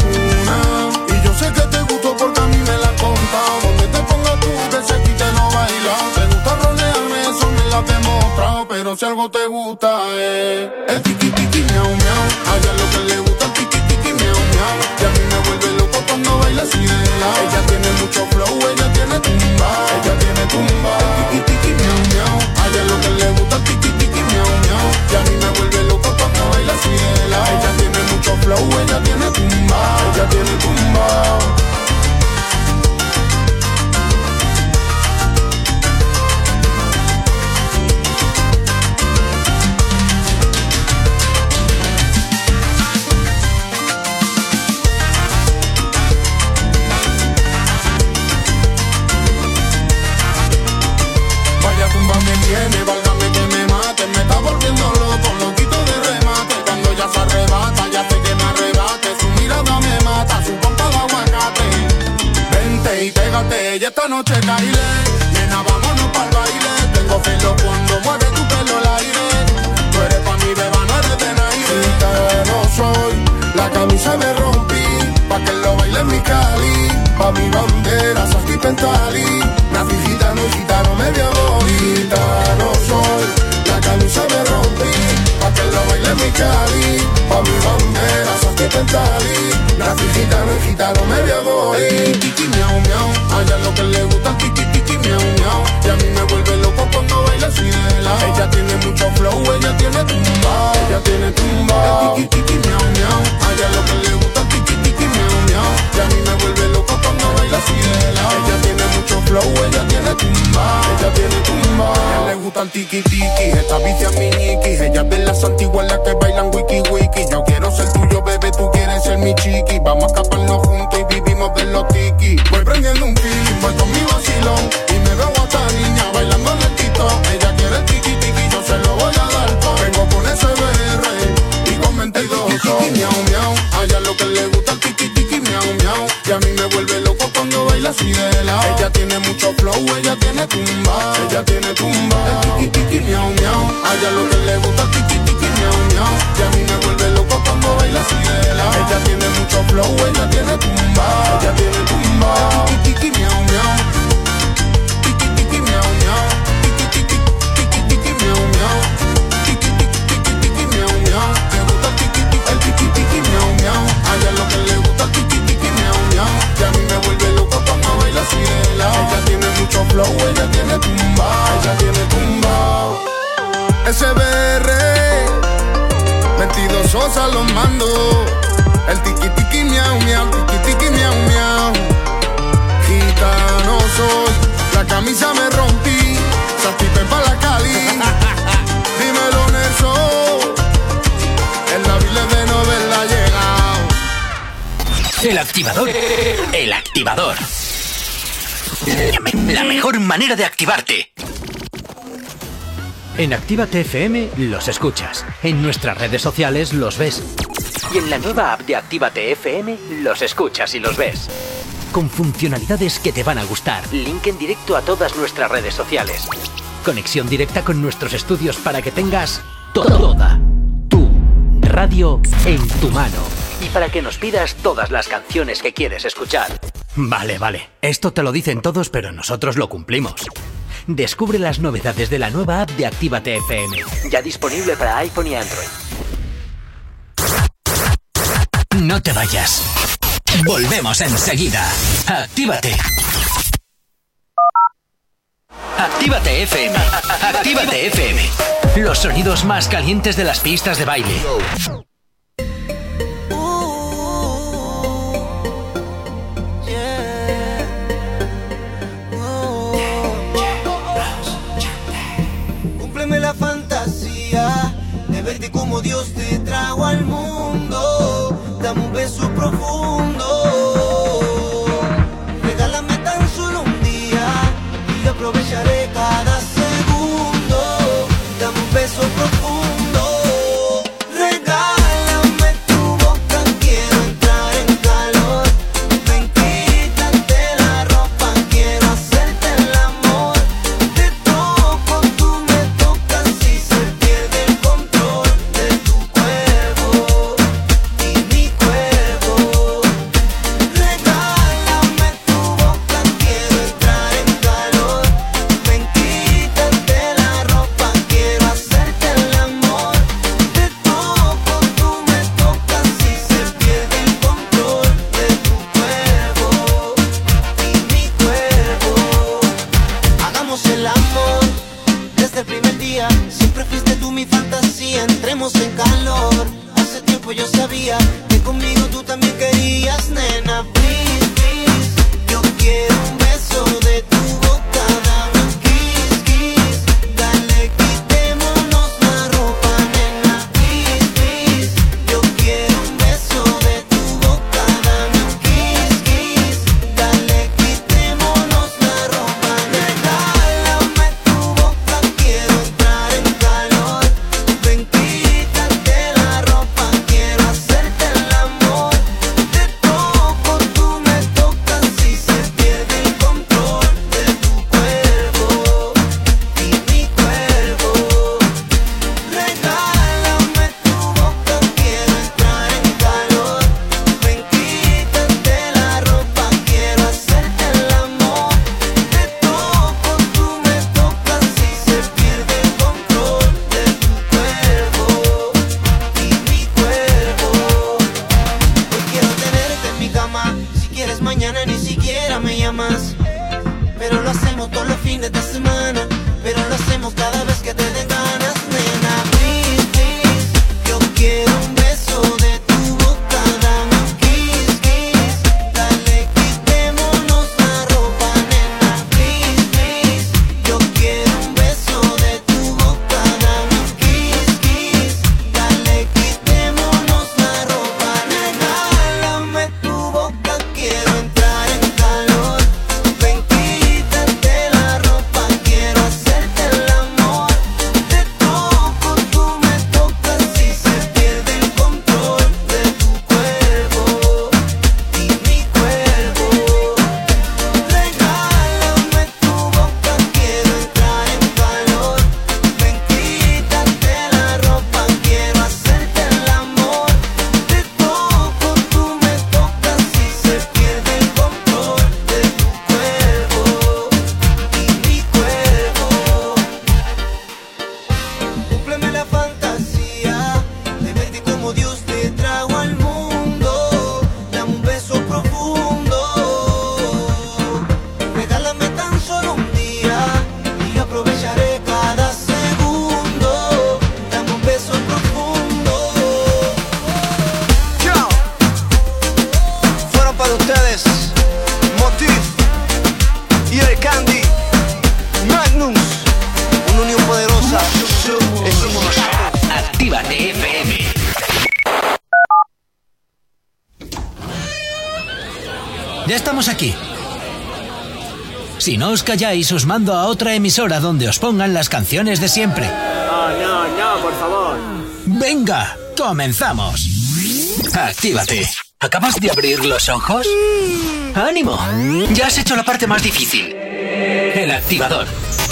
vacuna. Y yo sé que te gustó porque a mí me la han contado. Donde te pongas tú que se quite no baila. Te gusta ronearme, eso me lo has demostrado. Pero si algo te gusta es el tiki tiki miau miau. A ella lo que le gusta el tiki tiki miau miau. Y a mí me vuelve loco cuando baila así de lado. Ella tiene mucho flow, ella tiene tumba. Ella tiene tumba. El tiki tiki miau miau. A ella lo que le gusta el tiki tiki miau miau. Y a mí me vuelve loco cuando baila así de lado. Ella tiene mucho flow, ella tiene tumba. Ella tiene tumba. viene, válgame que me mate. Me está volviendo loco, loquito de remate. Cuando ya se arrebata, ya sé que me arrebate. Su mirada me mata, su pompa de aguacate. Vente y pégate, y esta noche caíle. Nena, vámonos pa'l baile. Tengo filo cuando mueve tu pelo al aire. Tú eres pa' mi beba, no eres de nadie. No soy, la camisa me rompí. Pa' que lo baile en mi Cali. Pa' mi bandera, Sasti Pentali. Nací gitano y gitano me vio bonita. No soy, la camisa me rompí. Pa' que lo baile en mi Cali. Pa' mi bandera, Sasti Pentali. Nací gitano y gitano me vio bonita. Tiki miau miau, a ella lo que le gusta tiki tiki miau miau. Y a mí me vuelve loco cuando baila así de lado. Ella tiene mucho flow, ella tiene tumba. Ella tiene tumba. Tiki tiki miau miau, a ella lo que le gusta tiki tiki miau miau. Y a mí me vuelve loco cuando baila así de lado. Ella tiene mucho flow, ella tiene tumba. Ella tiene tumba. A ella le gusta el tiki tiki, esta vicia mi ñiqui. Ella es de las antiguas las que bailan wiki wiki. Yo quiero ser tuyo, bebé, tú quieres ser mi chiqui. Vamos a escaparnos juntos y vivimos de los tiki. Voy prendiendo un feeling, voy con mi vacilón. Y me veo a esta niña bailando lentito. Ella quiere el tiki tiki, yo se lo voy a dar todo. Vengo con SBR y con 22. Tiki tiki miau miau, a ella lo que le gusta el tiki tiki miau miau. Y a mí me vuelve loco cuando baila así de lado. Ella tiene mucho flow, ella tiene tumba. Ella tiene tumba. El tiki tiki miau miau, a ella lo que le gusta el tiki tiki miau miau. Y a mí me vuelve loco cuando baila así de lado. Ella tiene mucho flow, ella tiene tumba. Ella tiene tumba. El tiki tiki miau miau. Tiki tiki miau miau. Tiki tiki tiki tiki miau miau. Tiki tiki tiki tiki miau miau. Le gusta el tiki tiki miau miau. A ella lo que le gusta el tiki tiki miau miau. Y a mí me vuelve loco cuando baila así de lado. Ella tiene mucho flow, ella tiene tumba. Ella tiene tumba. SBR 22 Sosa los mando. El tiki tiki miau miau. Tiki tiki miau miau. Gitano soy, la camisa me rompí. Saltipé pa' la Cali. Dímelo Nelson. En la villa de no verla llegado. El activador. El activador. La mejor manera de activarte. En Actívate FM los escuchas. En nuestras redes sociales los ves. Y en la nueva app de Actívate FM los escuchas y los ves. Con funcionalidades que te van a gustar. Link en directo a todas nuestras redes sociales. Conexión directa con nuestros estudios para que tengas toda tu radio en tu mano. Y para que nos pidas todas las canciones que quieres escuchar. Vale. Esto te lo dicen todos, pero nosotros lo cumplimos. Descubre las novedades de la nueva app de Actívate FM. Ya disponible para iPhone y Android. No te vayas. Volvemos enseguida. Actívate. Actívate FM. Actívate FM. Los sonidos más calientes de las pistas de baile. Cúmpleme la fantasía de verte como Dios te trajo al mundo. Dame un beso profundo. Regálame tan solo un día y yo aprovecharé cada segundo. Dame un beso profundo. Regálame tu boca, quiero entrar en calor. Ven, quítate la ropa, quiero hacerte el amor. Te toco, tú me tocas y se pierde el control de tu cuerpo y mi cuerpo. Regálame tu boca, quiero entrar en calor. Ven, quítate la ropa, quiero hacerte el amor. Te toco, tú me tocas y se pierde el control de tu cuerpo y mi cuerpo. Hagamos el amor desde el primer día. Siempre fuiste tú mi fantasía. Entremos en calor. Hace tiempo yo sabía que conmigo tú también querías, nena. Please, please. Yo quiero un beso de tu boca. Dame un kiss, kiss. Dale, quitémonos la ropa, nena. Please, please. Yo quiero un beso de tu boca. Dame un kiss, kiss. Dale, quitémonos la ropa. Regálame tu boca, quiero pero lo hacemos todos los fines de semana. Pero lo hacemos cada vez que te den ganas, nena. Please, please, yo quiero un beso de tu boca, dame un kiss, kiss. Dale, quitémonos la ropa, nena. Please, please, yo quiero un beso de tu boca, dame un kiss, kiss. Dale, quitémonos la ropa, nena. Regálame tu boca, quiero entrar en calor. Ven, quítate la ropa, quiero hacerte el amor. Te toco, tú me tocas y se pierde el control de tu cuerpo y mi cuerpo. Regálame tu boca, quiero entrar en calor. Ven, quítate la ropa, quiero hacerte el amor. Te toco, tú me tocas y se pierde el control de tu cuerpo y mi cuerpo. Cúmpleme la fantasía de verte como Dios te trajo al mundo. Dame un beso profundo. Regálame tan solo un día y aprovecharé cada segundo. Dame un beso profundo. Yo. Fueron para ustedes Motif y el Candy Magnums. Una unión poderosa. Actívate FM. Ya estamos aquí. Si no os calláis, os mando a otra emisora donde os pongan las canciones de siempre. No, por favor. Venga, comenzamos. Actívate. ¿Acabas de abrir los ojos? ¡Ánimo! Ya has hecho la parte más difícil. El activador.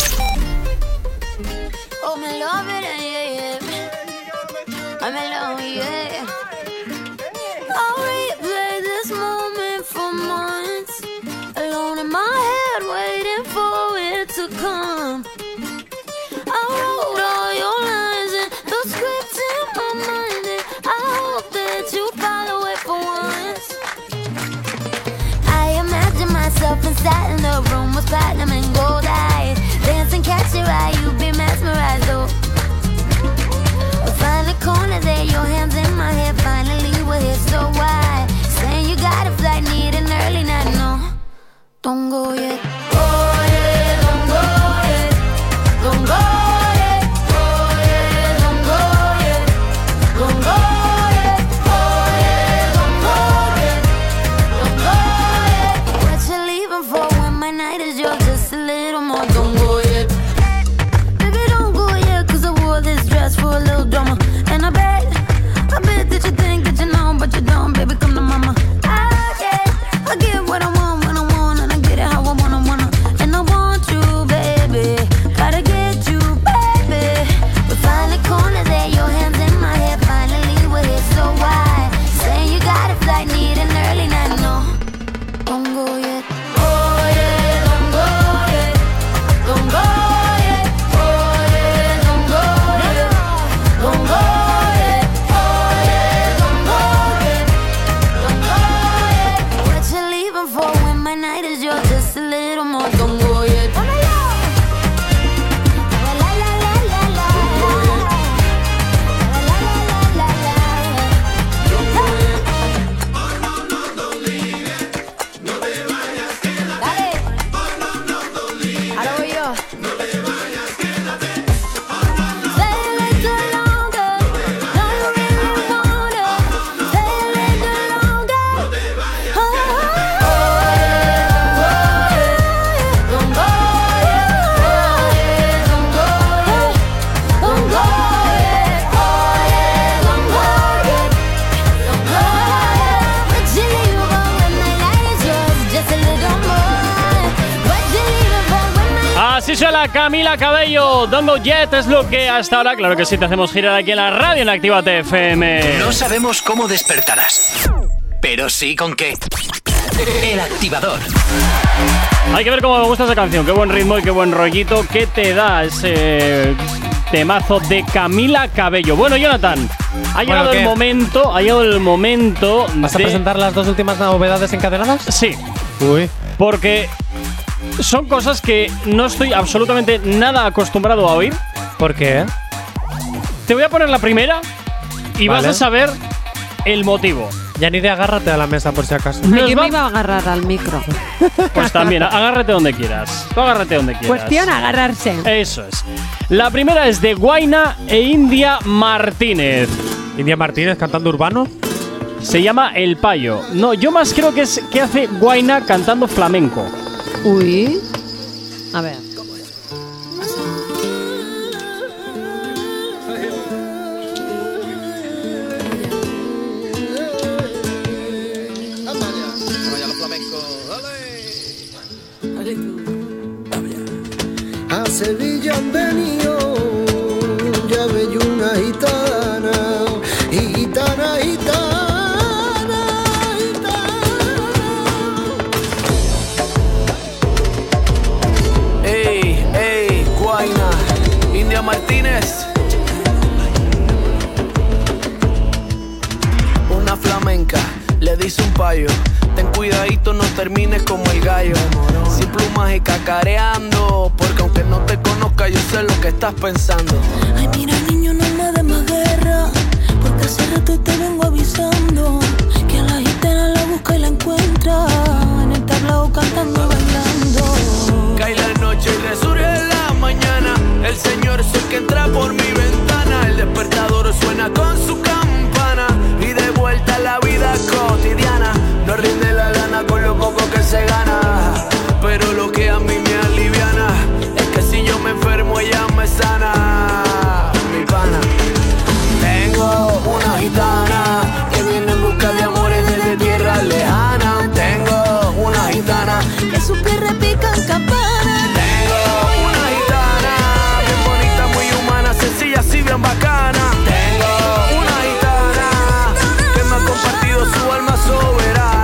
Oh, me love it, yeah, yeah. I'm alone, yeah. I'll replay this moment for months. Alone in my head, waiting for it to come. I wrote all your lines and the script in my mind, and I hope that you follow it for once. I imagine myself inside in the room with platinum and gold eyes. Dancing, catch your eye, you be mesmerized, oh. We find the corner there, your hands in my hair. Finally we're here, so why? Saying you got a flight, need an early night, no. Don't go yet. Oh yeah, don't go yet. Don't go yet. Oh yeah, don't go yet. Don't go yet. Oh yeah, don't go yet. Don't go yet. What you leaving for when my night is yours? Just a little more. Don't go yet. Baby, don't go yet, 'cause I wore this dress for a little drama. And I bet that you think that you know, but you don't. Baby, come to mama. I get what I want when I want, and I get it how I wanna. And I want you, baby. Gotta get you, baby. We find the corner there, your hands in my hair. Finally we're here, so why? Saying you got a flight, need an early night, no. Don't go yet. Oh yeah, don't go yet. Don't go yet. Oh yeah, don't go yet. Don't go yet. Oh yeah, don't go yet. Don't go yet. What you leaving for when my night is yours? Just a little more. Don't go yet. Ahora voy yo. Stay a little longer. No, you really wanna. Stay a little longer. Oh, don't go yet. Don't go yet. Don't go yet. Oh yeah, don't go yet. Don't go yet. But you leave for when my night is yours. Just a little more. But you leave for when my Así suena Camila Cabello. Don't go yet es lo que hasta ahora, claro que sí, te hacemos girar aquí en la radio en Actívate FM. No sabemos cómo despertarás, pero sí con qué. El activador. Hay que ver cómo me gusta esa canción. Qué buen ritmo y qué buen rollito que te da ese temazo de Camila Cabello. Bueno, Jonathan, ha llegado el momento. ¿Vas a presentar las dos últimas novedades encadenadas? Sí. Uy. Porque son cosas que no estoy absolutamente nada acostumbrado a oír. ¿Por qué? Te voy a poner la primera y Vale. vas a saber el motivo. Yanire, agárrate a la mesa por si acaso. Ay, yo me iba a agarrar al micro. Pues también, agárrate donde quieras. Tú agárrate donde quieras. Cuestión agarrarse. Eso es. La primera es de Guaina e India Martínez. ¿India Martínez cantando urbano? Se llama El Payo. No, yo más creo que es que hace Guaina cantando flamenco. Uy. A ver. A Sevilla han venido, ya veo una gitana, gitana, gitana, Ey, ey, Guaina, India Martínez. Una flamenca, le dice un payo. Ten cuidadito, no termines como el gallo. Sin plumas y cacareando, porque aunque no te conozca, yo sé lo que estás pensando. Ay, mira, niño, no me des más guerra, porque hace rato te vengo avisando que a la gitana la busca y la encuentra en el tablao cantando, bailando. Cae la noche y resurge la mañana. El señor es el que entra por mi ventana. El despertador suena con su campana y de vuelta a la vida cotidiana. No rinde la lana con lo poco que se gana, pero lo que a mí me aliviana es que si yo me enfermo ella me sana. Mi pana, tengo una gitana que viene en busca de amores desde tierra lejana. Tengo una gitana que sus pies repican campanas. Tengo una gitana bien bonita, muy humana, sencilla, así bien bacana. Tengo una gitana que me ha compartido su alma soberana.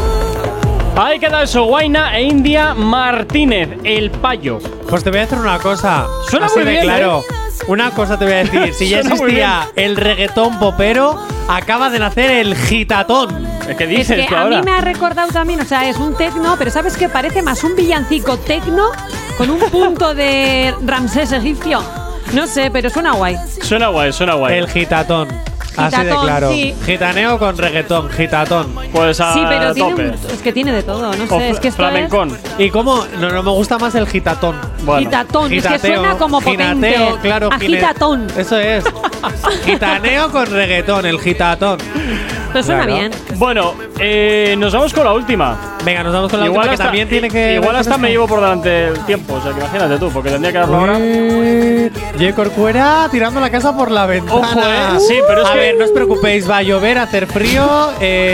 Ahí queda eso, Guaina e India Martínez, El Payo. Pues te voy a decir una cosa. Suena así muy de bien, claro. Una cosa te voy a decir. Si ya Suena muy existía el reggaetón popero, acaba de nacer el gitatón. ¿Qué Es dices que tú a ahora? mí me ha recordado también, o sea, es un tecno, pero ¿sabes qué? Parece más un villancico tecno con un punto de Ramsés egipcio. No sé, pero suena guay. Suena guay, suena guay. El gitatón. Así de Gitatón, claro. sí. Gitaneo con reggaetón, gitatón. Pues a Sí, pero tiene tope. es que tiene de todo, no O sé, es que esto flamencón. ¿Y cómo? No me gusta más el gitatón. Bueno. Gitatón, es que Gitateo, suena como potente. ginateo, claro. Agitatón. Eso es. Gitaneo con reggaetón, el gitatón. Pero suena Claro. bien. Bueno, nos vamos con la última. Venga, nos vamos con la última que hasta, también tiene que. Igual ver con hasta esto. me llevo por delante el tiempo, o sea que imagínate tú, porque tendría que darlo ahora. J. Corcuera tirando la casa por la ventana. Ojo, sí, pero es a que ver, no os preocupéis, va a llover, a hacer frío.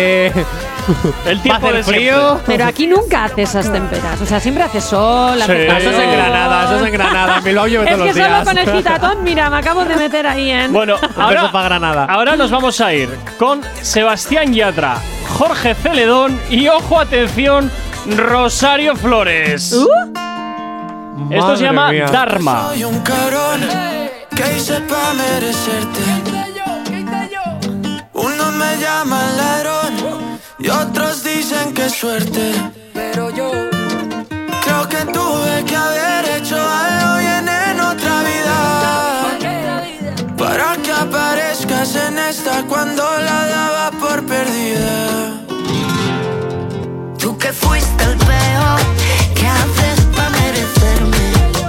El tiempo va a hacer de frío. Pero aquí nunca hace esas temperaturas. O sea, siempre hace sol, hace Sí. calor. Eso es en Granada, eso es en Granada. En Bilbao llueve Es todos que los solo días. con el gitatón, mira, me acabo de meter ahí en. Bueno, Un beso para Granada. ahora nos vamos a ir con Sebastián Yatra, Jorge Celedón y, ojo, atención, Rosario Flores. Esto Madre se llama mía. Dharma. Soy un cabrón que hice pa' merecerte. Unos me llaman ladrón y otros dicen que suerte. Pero yo creo que tuve que haber hecho algo bien en otra vida para que aparezcas en esta cuando la daba por perdida. Tú que fuiste el peor, ¿qué haces pa' merecerme?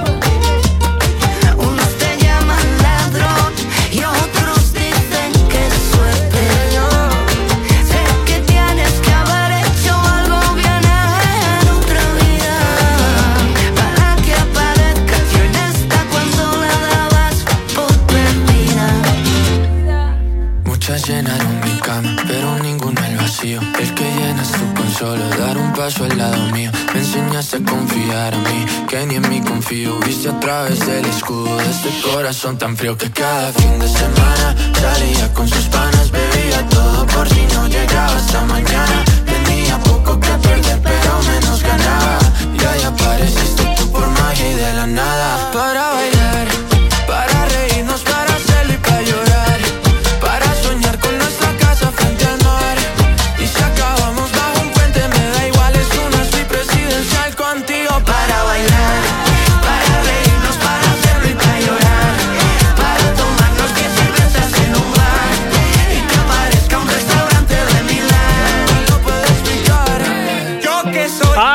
Unos te llaman ladrón y otros dicen que es suerte. Sé que tienes que haber hecho algo bien en otra vida para que aparezcas yo en esta cuando la dabas por perdida. Muchas llenaron mi cama, pero ninguno el vacío. El que llenas tú con solo dar un paso al lado mío. Me enseñaste a confiar a mí, que ni en mí confío. Viste a través del escudo de este corazón tan frío que cada fin de semana salía con sus panas. Bebía todo por si no llegaba hasta mañana. Tenía poco que perder, pero menos ganaba. Y ahí apareciste tú por magia y de la nada. Para bailar, para reírnos, para hacerlo y para llorar. Para soñar con nuestra casa frente al mar. Y si acabamos bajo un puente me da igual, es una suite presidencial contigo. Para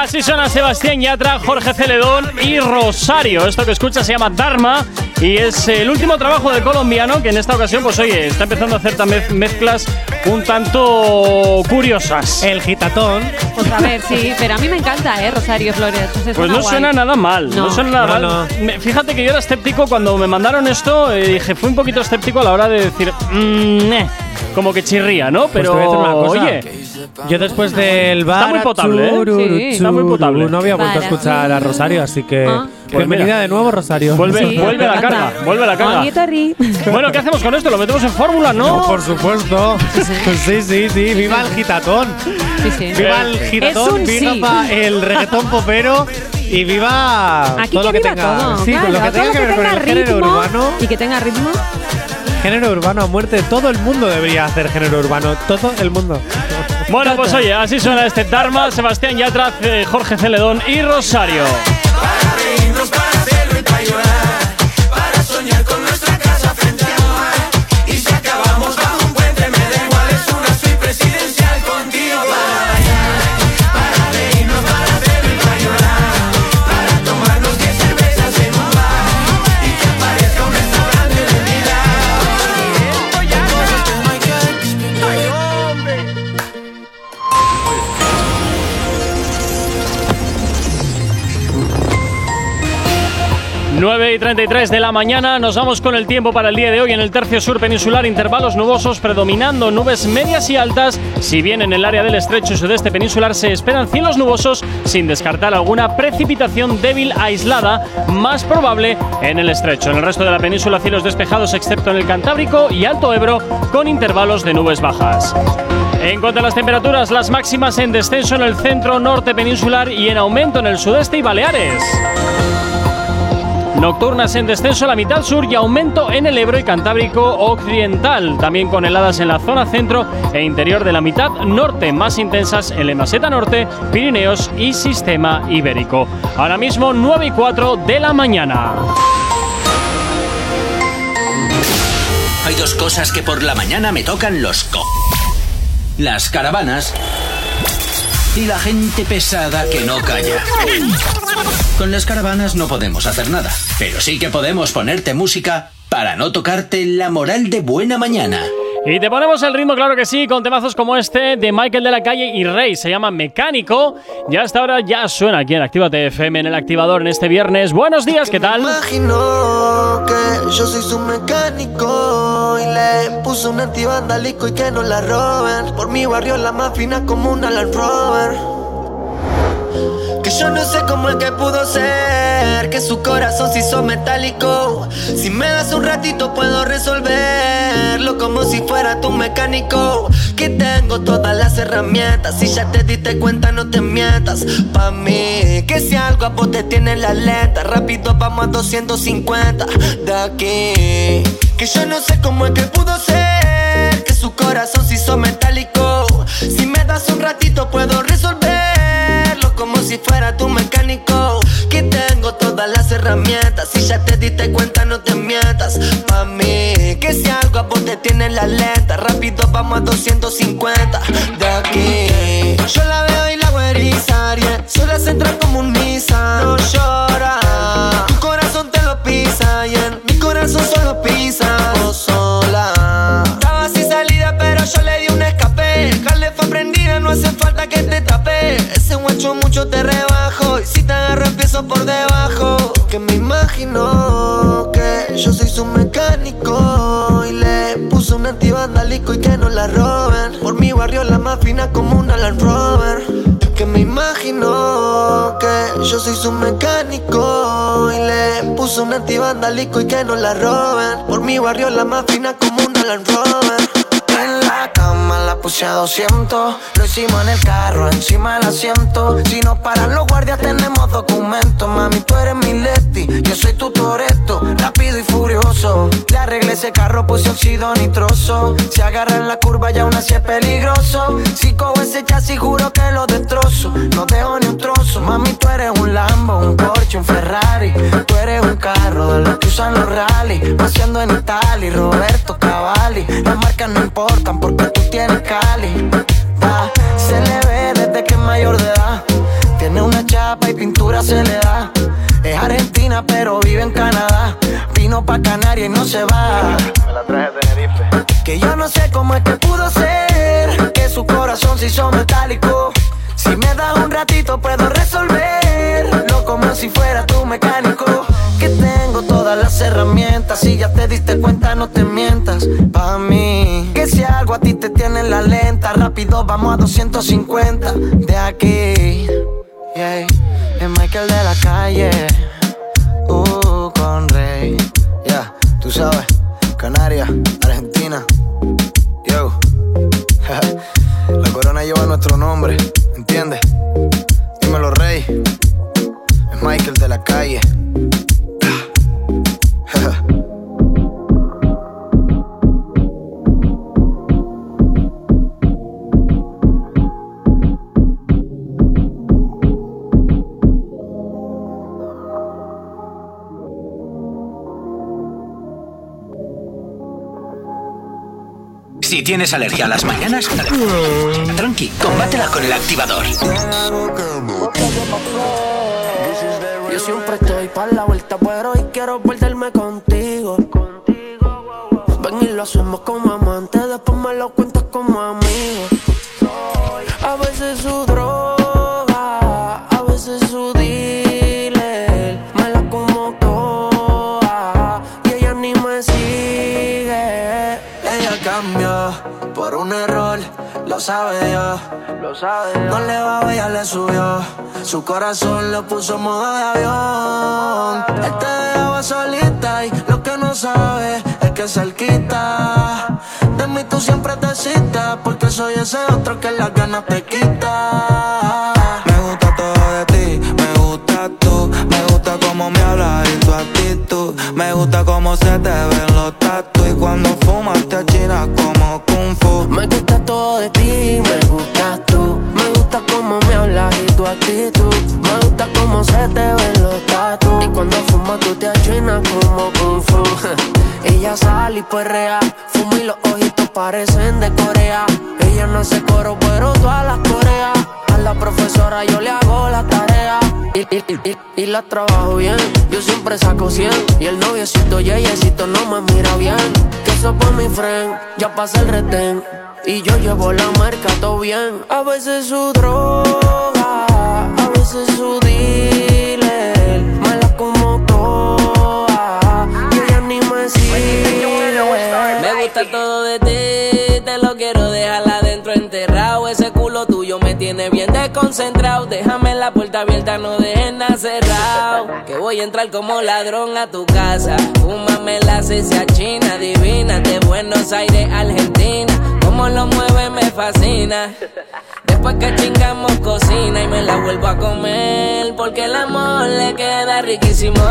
Así suena Sebastián Yatra, Jorge Celedón y Rosario. Esto que escuchas se llama Dharma y es el último trabajo del colombiano que en esta ocasión, pues oye, está empezando a hacer también mezclas un tanto curiosas. El gitatón. Pues a ver, sí, pero a mí me encanta, Rosario Flores. Pues no suena nada mal, no suena nada mal. Fíjate que yo era escéptico cuando me mandaron esto, dije, fui un poquito escéptico a la hora de decir, como que chirría, ¿no? Pero, pues te voy a decir una cosa. oye, yo después del bar. Está muy potable, ¿eh? Sí. Está muy potable. No había vuelto a escuchar a Rosario, así que. Pues bienvenida mira, de nuevo, Rosario. Vuelve a la carga, vuelve a la carga. Bueno, ¿qué hacemos con esto? ¿Lo metemos en fórmula, no? No, por supuesto. Sí. Viva el gitatón. Sí. Viva el gitatón, viva el reggaetón popero. Y viva aquí todo lo que viva tenga. todo, Sí, claro, lo que tenga que ver con el género urbano. Y que tenga ritmo. Género urbano a muerte. Todo el mundo debería hacer género urbano. Todo el mundo. Bueno, pues oye, así suena este Dharma, Sebastián Yatra, Jorge Celedón y Rosario. Para reírnos, para hacerlo y para llorar, para soñar con nuestra casa frente al mar. Y si acabamos bajo un puente, me da igual, es una suite presidencial contigo. Para reírnos, para hacerlo y para llorar, para tomarnos 10 cervezas en un bar y que aparezca un restaurante de mi lado. Ya cosas que no hay que explicar. ¡Ay, hombre! 9:33 de la mañana, nos vamos con el tiempo para el día de hoy. En el tercio sur peninsular, intervalos nubosos predominando, nubes medias y altas. Si bien en el área del estrecho y sudeste peninsular se esperan cielos nubosos, sin descartar alguna precipitación débil aislada, más probable en el estrecho. En el resto de la península, cielos despejados excepto en el Cantábrico y Alto Ebro, con intervalos de nubes bajas. En cuanto a las temperaturas, las máximas en descenso en el centro norte peninsular y en aumento en el sudeste y Baleares. Nocturnas en descenso a la mitad sur y aumento en el Ebro y Cantábrico occidental, también con heladas en la zona centro e interior de la mitad norte, más intensas en la meseta norte, Pirineos y sistema ibérico. Ahora mismo 9:04 de la mañana. Hay dos cosas que por la mañana me tocan los las caravanas y la gente pesada que no calla. Con las caravanas no podemos hacer nada, pero sí que podemos ponerte música para no tocarte la moral de buena mañana. Y te ponemos el ritmo, claro que sí, con temazos como este de Michael de la Calle y Rey. Se llama Mecánico. Y hasta ahora ya suena aquí en Actívate FM, en el activador, en este viernes. Buenos días, ¿qué tal? Imagino que yo soy su mecánico y le puso un antivándalico y que no la roben. Por mi barrio la más fina como una Land Rover. Que yo no sé cómo es que pudo ser, que su corazón se hizo metálico. Si me das un ratito puedo resolverlo como si fuera tu mecánico. Que tengo todas las herramientas, si ya te diste cuenta no te mientas. Pa' mí, que si algo a vos te tiene la lenta, rápido vamos a 250 de aquí. Que yo no sé cómo es que pudo ser, que su corazón se hizo metálico. Si me das un ratito puedo resolverlo como si fuera tu mecánico. Que tengo todas las herramientas, si ya te diste cuenta no te mientas. Pa' mí, que si algo a vos te tiene la lenta, rápido vamos a 250 de aquí. Yo la veo y la hago erizar, yeah. Sola se entra como un Nissan, no llora. Tu corazón te lo pisa, yeah. Mi corazón solo pisa, no sola. Estaba sin salida pero yo le di un escape. El jale fue prendida, no hace falta que te tape. Ese guacho mucho te rebajo y si te agarro empiezo por debajo. Que me imagino que yo soy su mecánico y le puso un antivándalico y que no la roben. Por mi barrio la más fina como una Land Rover. Que me imagino que yo soy su mecánico y le puso un antivándalico y que no la roben. Por mi barrio la más fina como una Land Rover. En la cama la puse a 200, lo hicimos en el carro, encima del asiento. Si nos paran los guardias tenemos documentos. Mami, tú eres mi Leti, yo soy tu Toretto, rápido y furioso. Le arreglé ese carro, puse óxido nitroso. Si agarra en la curva ya aún así es peligroso. Si cojo ese chasis juro que lo destrozo, no dejo ni un trozo. Mami, tú eres un Lambo, un Porsche, un Ferrari. Tú eres un carro de los que usan los rally. Paseando en Italia, Roberto Cavalli. Las marcas no importan porque tú tienes Cali. Se le ve desde que es mayor de edad. Tiene una se le da. Es argentina pero vive en Canadá. Vino pa' Canarias y no se va. Me la traje de Tenerife. Que yo no sé cómo es que pudo ser, que su corazón se hizo metálico. Si me das un ratito puedo resolverlo como si fuera tu mecánico. Que tengo todas las herramientas, si ya te diste cuenta no te mientas. Pa' mí, que si algo a ti te tiene en la lenta, rápido vamos a 250 de aquí. Yeah. Es Michael de la calle, con Rey. Ya, tú sabes, Canarias, Argentina. Yo. La corona lleva nuestro nombre, ¿entiendes? Dímelo, Rey. Es Michael de la calle. Si tienes alergia a las mañanas, tranqui, combátela con el activador. Yo siempre estoy para la vuelta, pero hoy quiero perderme contigo. Ven y lo hacemos como amantes, después me lo cuentas como amigo. A veces su droga, a veces su dealer, me la como toda y ella ni me sigue. Ella cambió por un error, lo sabe Dios. No le va, ella le subió. Su corazón lo puso en modo de avión. Él te dejaba solita y lo que no sabe es que cerquita de mí tú siempre te citas, porque soy ese otro que las ganas te quita. Me gusta todo de ti, me gusta tú. Me gusta cómo me hablas y tu actitud. Me gusta cómo se te ven los tatu. Y cuando fumas te achinas como kung fu. Me gusta todo de ti, me gustas tú. Me gusta cómo me hablas y tu actitud. Me gusta cómo se te ven los tatu. Y cuando fumas tú te achinas como kung fu. Ella sale y perrea, fuma y los ojitos parecen de Corea. Ella no hace coro pero todas las coreas. A la profesora yo le hago la tarea y la trabajo bien. Yo siempre saco 100 y el noviecito yeyecito no me mira bien. Que eso por mi friend, ya pasa el retén y yo llevo la marca todo bien. A veces su droga, a veces su dealer, me la como toda y ella ni me sigue. Me gusta todo de ti, te lo quiero dejar adentro enterrado. Ese culo tuyo me tiene bien desconcentrado. Déjame la puerta abierta, no dejes nada cerrado. Que voy a entrar como ladrón a tu casa. Fúmame la cecia china, divina, de Buenos Aires, Argentina. Como lo mueve me fascina. Después que chingamos cocina y me la vuelvo a comer, porque el amor le queda riquísimo.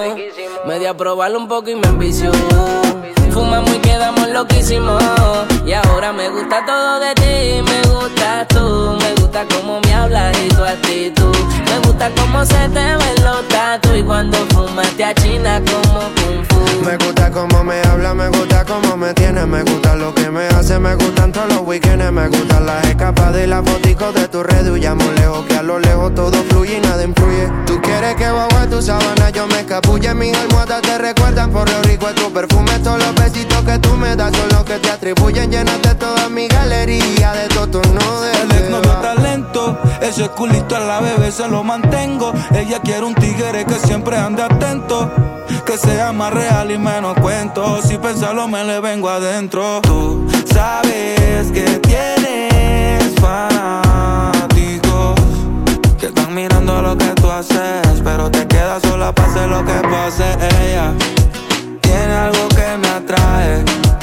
Me di a probarlo un poco y me envició. Fumamos y quedamos loquísimos. Y ahora me gusta todo de ti, me gustas tú. Me gusta cómo me hablas y tu actitud. Me gusta cómo se te ven los tatu. Y cuando fumas te achinas como kung fu. Me gusta cómo me habla, me gusta cómo me tiene. Me gusta lo que me hace, me gustan todos los weekends. Me gustan las escapadas y las foticos de tu red. Huyamos lejos, que a lo lejos todo fluye y nada influye. Tú quieres que bajo a tu sábana yo me escapulle. Mis almohadas te recuerdan por lo rico de tu perfume. Todos los besitos que tú me das son los que te atribuyen. Llenaste toda mi galería de todo tu nudo. El ex no veo talento, ese culito a la bebé se lo mantengo. Ella quiere un tigre que siempre ande atento, que sea más real y menos cuento. Si pensarlo me le vengo adentro. Tú sabes que tienes fanáticos que están mirando lo que tú haces, pero te quedas sola para hacer lo que pase. Ella tiene algo que me atrae,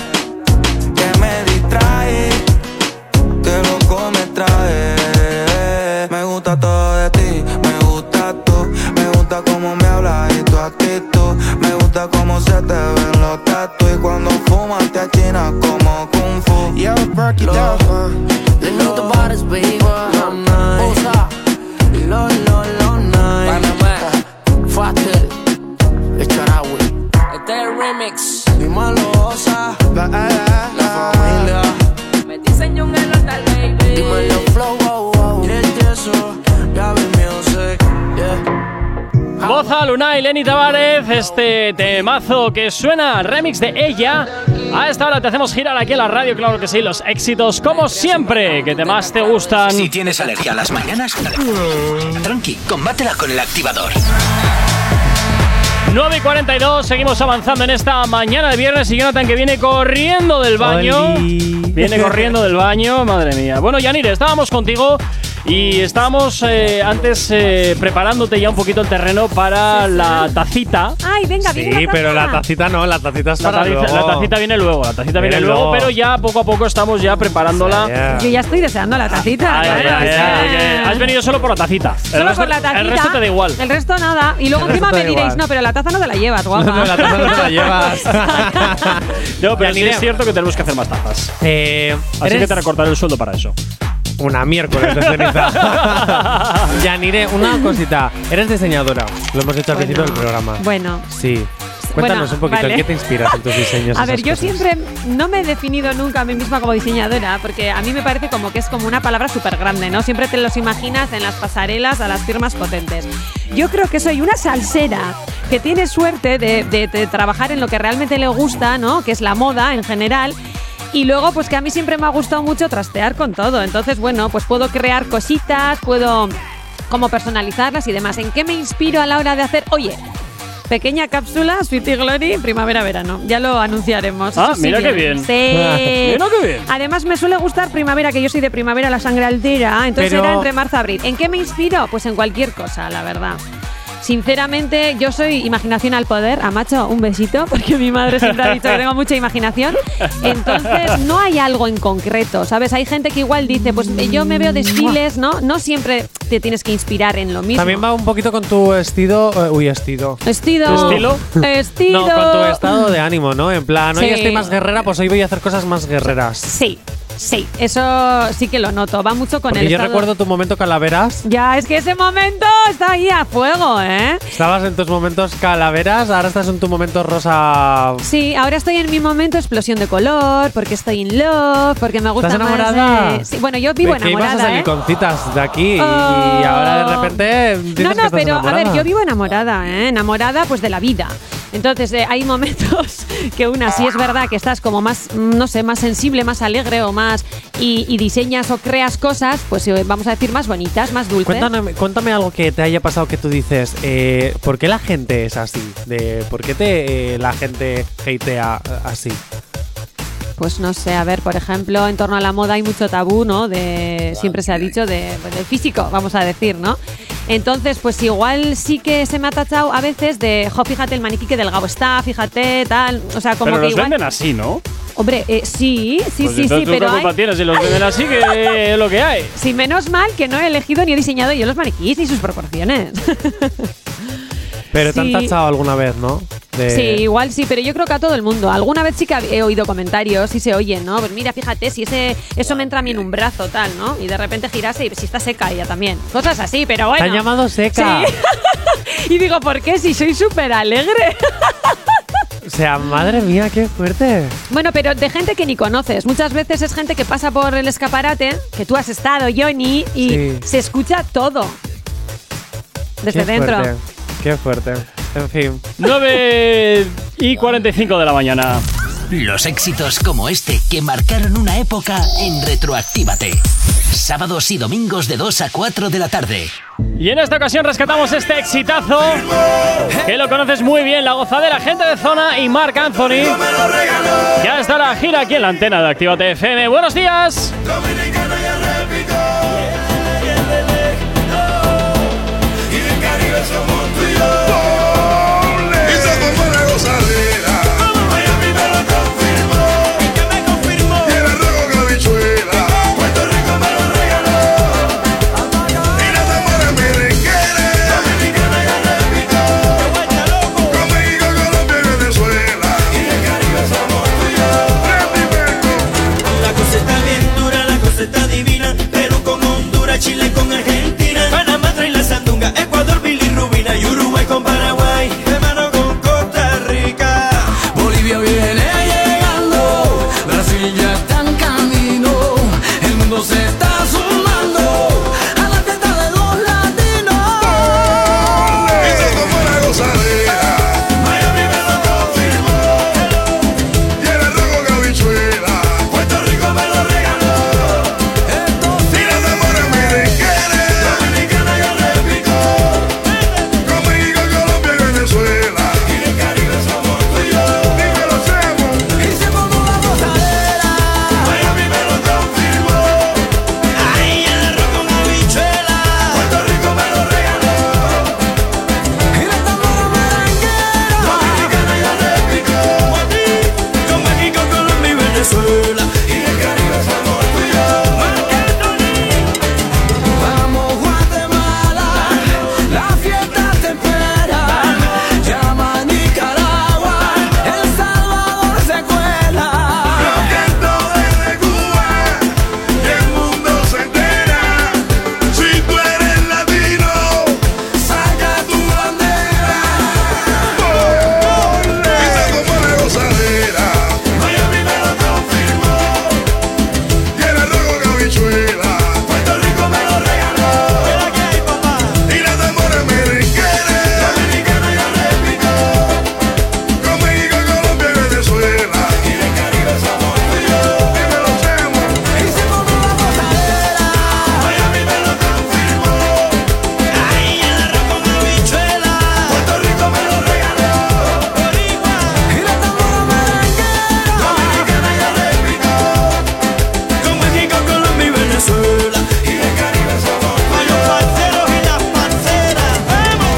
que me distrae, que loco me trae. Me gusta todo de ti, me gusta tú. Me gusta cómo me hablas y tu actitud. Me gusta cómo se te ven los tatu. Y cuando fumas te achinas como kung fu. Yo, break it down, le know the bodies, baby. Osa, lo night. Panamá, Fatel, Echaragüe. Este es el remix. Mi malosa, la familia. Me diseño un hello tal baby. Dímelo flow, wow, wow. y el yeso, Gaby Music, yeah. Boza, Luna y Lenny Tavares, este temazo que suena, remix de Ella. A esta hora te hacemos girar aquí en la radio, claro que sí, los éxitos como siempre, que más te gustan. Si tienes alergia a las mañanas, tranqui, combátela con el activador. 9:42, seguimos avanzando en esta mañana de viernes y Jonathan que viene corriendo del baño. Viene corriendo del baño, madre mía. Bueno, Yanire, estábamos contigo y estábamos antes preparándote ya un poquito el terreno para la tacita. Ay, venga, viene Sí, la pero taza. la tacita no, la tacita es para luego. La tacita viene luego, la tacita viene Viene luego, luego. pero ya poco a poco estamos ya preparándola. Yo ya estoy deseando la tacita. Ay, claro, ay, es ay, que- ay, has venido solo por la tacita. Solo por la tacita. El resto te da igual. El resto nada. Y luego El resto encima te me da diréis, igual. no, pero la taza no te la llevas, guapa. No, la taza no te la llevas. No, pero sí Yanire. es cierto que tenemos que hacer más tazas. Así ¿eres- que te recortaré el sueldo para eso. Una miércoles de ceniza. Yanire, una cosita. Eres diseñadora. Lo hemos dicho al principio del programa. Bueno. Sí. Cuéntanos Bueno, un poquito, vale. ¿en qué te inspiras en tus diseños? A ver, esas yo cosas? siempre no me he definido nunca a mí misma como diseñadora, porque a mí me parece como que es como una palabra súper grande, ¿no? Siempre te los imaginas en las pasarelas a las firmas potentes. Yo creo que soy una salsera que tiene suerte de trabajar en lo que realmente le gusta, ¿no? Que es la moda en general. Y luego, pues que a mí siempre me ha gustado mucho trastear con todo. Entonces, bueno, pues puedo crear cositas, puedo como personalizarlas y demás. ¿En qué me inspiro a la hora de hacer? Oye, pequeña cápsula, Sweetie Glory, primavera-verano. Ya lo anunciaremos. Ah, Eso sí mira qué viene. bien. Sí. Mira qué bien. Además, me suele gustar primavera, que yo soy de primavera, la sangre altera. Entonces Pero- era entre marzo y abril. ¿En qué me inspiro? Pues en cualquier cosa, la verdad. Sinceramente, yo soy imaginación al poder. A Macho, un besito, porque mi madre siempre ha dicho que tengo mucha imaginación. Entonces, no hay algo en concreto, ¿sabes? Hay gente que igual dice, pues yo me veo desfiles, ¿no? No siempre te tienes que inspirar en lo mismo. También va un poquito con tu estilo. Estilo. Estilo. ¿Tu estilo? Estilo. No, con tu estado de ánimo, ¿no? En plan, hoy Sí. estoy más guerrera, pues hoy voy a hacer cosas más guerreras. Sí, sí, eso sí que lo noto. Va mucho con Porque el yo estado. recuerdo tu momento calaveras. Ya, es que ese momento está ahí a fuego, ¿eh? Estabas en tus momentos calaveras, ahora estás en tu momento rosa. Sí, ahora estoy en mi momento explosión de color, porque estoy in love, porque me gusta ¿Estás más, enamorada? sí, bueno, yo vivo ¿De qué ibas a enamorada, salir ¿eh? con citas de aquí y Oh. ahora de repente dices No, que no, estás pero a enamorada? ver, yo vivo enamorada, ¿eh? Enamorada pues de la vida. Entonces hay momentos que una sí es verdad que estás como más, no sé, más sensible, más alegre o más y diseñas o creas cosas, pues vamos a decir más bonitas, más dulces. Cuéntame algo que te haya pasado que tú dices, ¿por qué la gente es así? ¿Por qué la gente hatea así? Pues no sé, a ver, por ejemplo, en torno a la moda hay mucho tabú, ¿no? Siempre se ha dicho del físico, vamos a decir, ¿no? Entonces, pues igual sí que se me ha tachado a veces de, jo, fíjate el maniquí que delgado está, fíjate, tal. O sea, como Pero que los igual. venden así, ¿no? Hombre, sí, Pues sí, entonces, ¿tú pero qué culpa hay. tienes si los venden así que es lo que hay? Sí, menos mal que no he elegido ni he diseñado yo los maniquís ni sus proporciones. Pero te han Sí. tachado alguna vez, ¿no? Sí, igual sí, pero yo creo que a todo el mundo. Alguna vez sí que he oído comentarios y se oyen, ¿no? Pues mira, fíjate, si eso me entra a mí en un brazo, tal, ¿no? Y de repente girase y si está seca ella también. Cosas así, pero bueno. Te han llamado seca. Sí. Y digo, ¿por qué? Si soy súper alegre. O sea, madre mía, qué fuerte. Bueno, pero de gente que ni conoces. Muchas veces es gente que pasa por el escaparate, que tú has estado, Johnny, y Sí. se escucha todo. Desde Qué dentro. fuerte, qué fuerte. En fin. 9:45 de la mañana. Los éxitos como este que marcaron una época en Retroactívate. Sábados y domingos de 2 a 4 de la tarde. Y en esta ocasión rescatamos este exitazo que lo conoces muy bien, la gozadera Gente de Zona y Marc Anthony. Ya está la gira aquí en la antena de Actívate FM. ¡Buenos días! Y del Caribe somos tú y yo. Y se formó una gozadera. Miami me lo confirmó. ¿Qué me confirmó? Y el arroz con habichuela. Puerto Rico me lo regaló. Y las amores merengueras. Dominicana ya repito. Con México, Colombia y Venezuela. Y del Caribe somos tú y yo. La cosa está bien dura, la cosa está divina. Perú con Honduras, Chile con Argentina. Panamá trae la sandunga, Ecuador, bilirrubina y gozadera. Miami me lo confirmó. Tiene rojo con habichuela. Puerto Rico me lo regaló. Y las amores merengueras. Dominicana yo repito. Con México, Colombia y Venezuela. Y el Caribe somos tú y yo. Dímelo, Semo. Y se formó la gozadera. Miami me lo confirmó. Ahí el arroz con habichuela. Puerto Rico me lo regaló. Y la tambora merenguera. Dominicana yo repito. Con México, Colombia y Venezuela. Y el Caribe somos tú y yo. Vamos Guatemala, la fiesta te espera. Llama a Nicaragua, El Salvador se cuela. Roqueando desde Cuba y el mundo se entera. Si tú eres latino, Saca tu bandera. y se tomó la gozadera. Miami me lo confirmó. Tiene rojo con habichuela. Puerto Rico me lo regaló. Y las amores merengueras. Dominicana yo repito. Con México, Colombia y Venezuela. Y el Caribe somos tú y yo. Dímelo, Chemo. Y se formó la gozadera. Miami me lo confirmó. Ahí el arroz con habichuela. Puerto Rico me lo regaló. Y la tambora merenguera. Dominicana yo repito. Con México, Colombia y Venezuela. Y el Caribe somos tú y yo. Parceros y las parceras. ¡Vamos!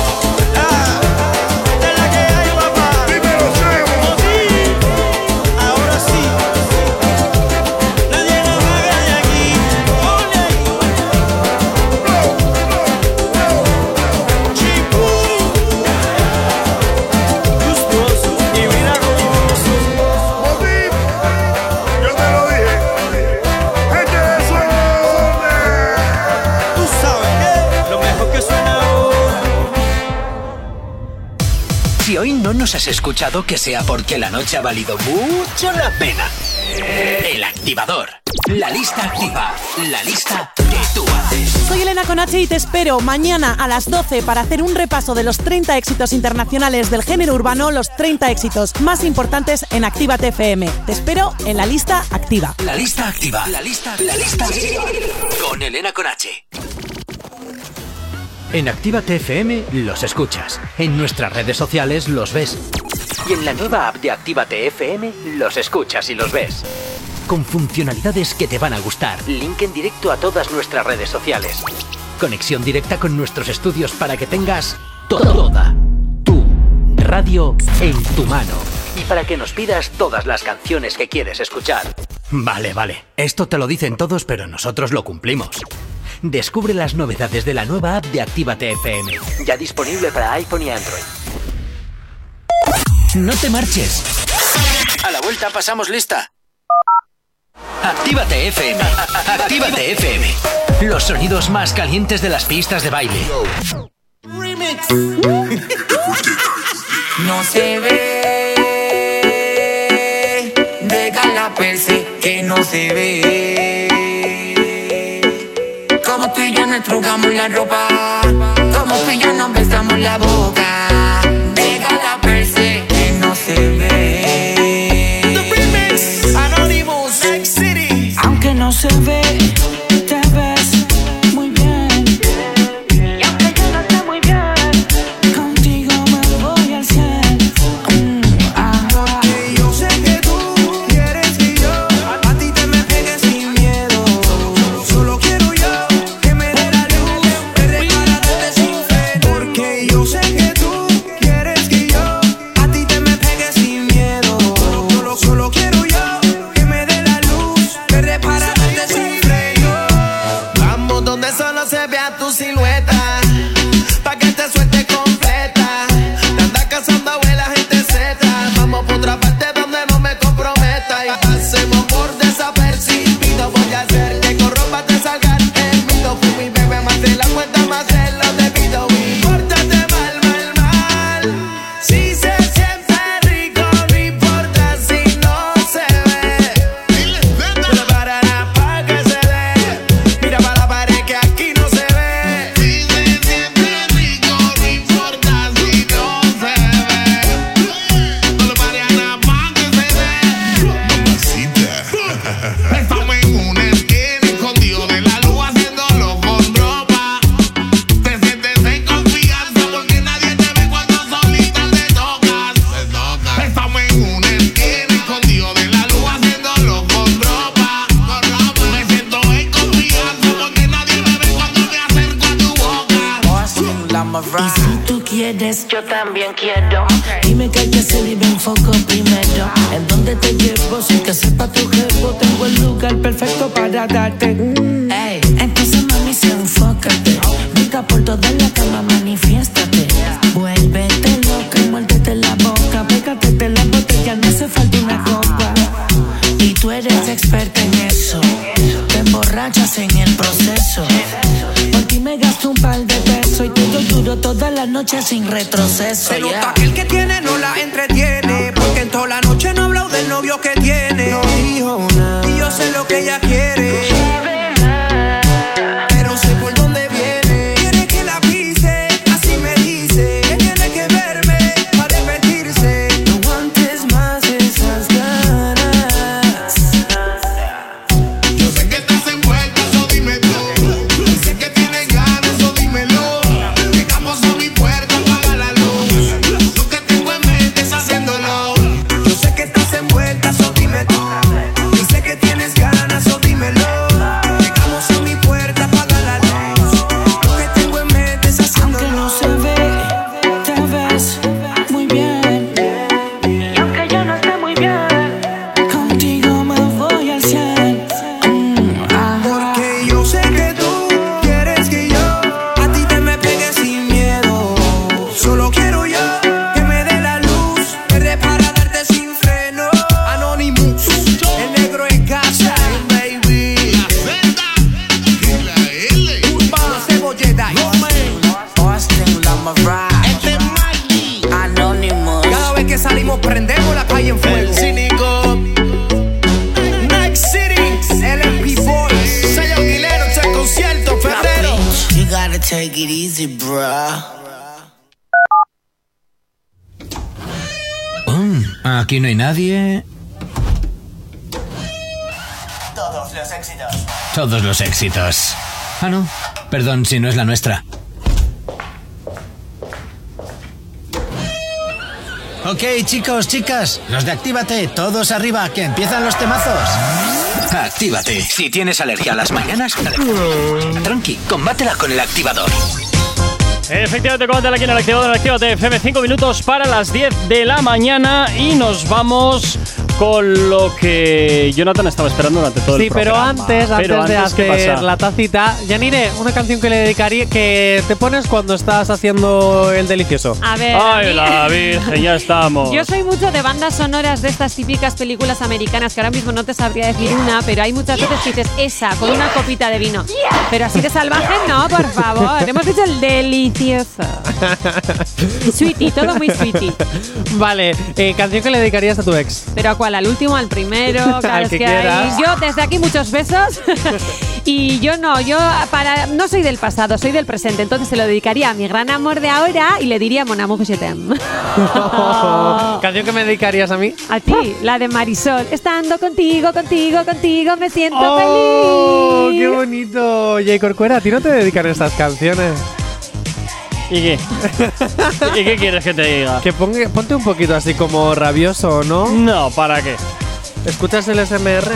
De la que hay, papá. Dímelo, Chemo. Ahora sí. Nadie nos haga de aquí. Ole. Chipú. Gustoso y miraculoso. Motín, yo te lo dije. Eche eso en orden. Tú sabes lo mejor que suena ahora. Si hoy no nos has escuchado, que sea porque la noche ha valido mucho la pena. El Activador. La lista activa. La lista que tú haces. Soy Elena Conache y te espero mañana a las 12 para hacer un repaso de los 30 éxitos internacionales del género urbano, los 30 éxitos más importantes en Actívate FM. Te espero en la lista activa. La lista activa. La lista activa. Con Elena Conache. En Actívate FM los escuchas. En nuestras redes sociales los ves. Y en la nueva app de Actívate FM los escuchas y los ves. Con funcionalidades que te van a gustar. Link en directo a todas nuestras redes sociales. Conexión directa con nuestros estudios para que tengas toda tu radio en tu mano. Y para que nos pidas todas las canciones que quieres escuchar. Vale. Esto te lo dicen todos, pero nosotros lo cumplimos. Descubre las novedades de la nueva app de Actívate FM. Ya disponible para iPhone y Android. No te marches. A la vuelta pasamos lista. Actívate FM. Actívate FM. Los sonidos más calientes de las pistas de baile. Remix. No se ve, déjala perse que no se ve. Como tú y yo nos trugamos la ropa, como tú y yo nos besamos la boca. Déjala perse que no se ve. The Remix. Anonymous. Next City. Aunque no se ve, te ves muy bien. Y aunque yo no esté muy bien, contigo me voy al 100. Porque yo sé que tú quieres que yo a ti te me pegue sin miedo. Solo quiero yo que me dé la luz, me dé para darte sin freno. Porque yo sé que tú también quiero. Dime qué hay que hacer y me enfoco primero. ¿En dónde te llevo? Sin que sepa tu jefe, tengo el lugar perfecto para darte. Ey, entonces mami, se enfócate. Brinca por toda la cama, manifiéstate. Vuélvete loca y muérdete la boca. Pégate de la botella, no hace falta una copa. Y tú eres experta en eso. Te emborrachas en el proceso. Por ti me gasto un par de pesos y te doy duro toda la noche sin retroceso. Se nota que el que tiene no la entretiene, porque en toda la noche no ha hablado del novio que tiene. No dijo nada. Y yo sé lo que ella quiere, pero sé por dónde viene. Quiere que la pise, así me dice. Que tiene que verme para divertirse. No aguantes más esas ganas. Yo sé que estás envuelta, eso dime tú. Y sé que tienes ganas, eso dímelo. Llegamos a mi puerta, apaga la luz. Lo que tengo en mente es haciéndolo. Yo sé que estás envuelta, eso dime tú. Y sé que tienes ganas, eso dímelo. Llegamos a mi puerta, apaga la luz. Lo que tengo en mente es haciéndolo. Aunque no se ve, te ves muy bien. Y aunque yo no esté muy bien, contigo me voy al 100. Porque yo sé que tú quieres que yo a ti te me pegue sin miedo. Solo quiero yo que me dé la luz, que dé para darte sin freno. Anonymous, el negro en casa, baby. Los cebolletas, Austin Lamarade, Anonymous. cada vez que salimos prendemos la calle en fuego. El cínico. Next City, LMP Boys. Sello alquilero, este concierto, febrero. You gotta take it easy, bruh. Aquí no hay nadie. Todos los éxitos. Todos los éxitos. Ah, no. Perdón si no es la nuestra. Ok, chicos, chicas, los de Actívate, todos arriba, que empiezan los temazos. Actívate. Si tienes alergia a las mañanas, tranqui, combátela con el activador. Efectivamente, coméntala aquí en el activador, en Actívate FM. 5 minutos para las 10 de la mañana y nos vamos con lo que Jonathan estaba esperando durante todo el programa. Sí, pero antes de hacer la tacita, Yanire, una canción que le dedicaría, que te pones cuando estás haciendo el delicioso. A ver. Ay, la Virgen, ya estamos. Yo soy mucho de bandas sonoras de estas típicas películas americanas que ahora mismo no te sabría decir una, pero hay muchas veces que dices esa, con una copita de vino. Pero así de salvaje no, por favor. Hemos dicho el delicioso. Sweetie, todo muy sweetie. Vale, canción que le dedicarías a tu ex. Pero ¿a cuál? ¿Al último? ¿Al primero? Cada Al vez que que hay. quieras. Yo desde aquí muchos besos. Y yo no no soy del pasado, soy del presente. Entonces se lo dedicaría a mi gran amor de ahora y le diría Mon amour je t'aime. ¿Canción que me dedicarías a mí? A ti, la de Marisol. Estando contigo, me siento ¡Oh, feliz. qué bonito! Jay Corcuera, ¿a ti no te dedican estas canciones? ¿Y qué? ¿Y qué quieres que te diga? Que ponte un poquito así como rabioso, ¿no? No, ¿para qué? ¿Escuchas el SMR?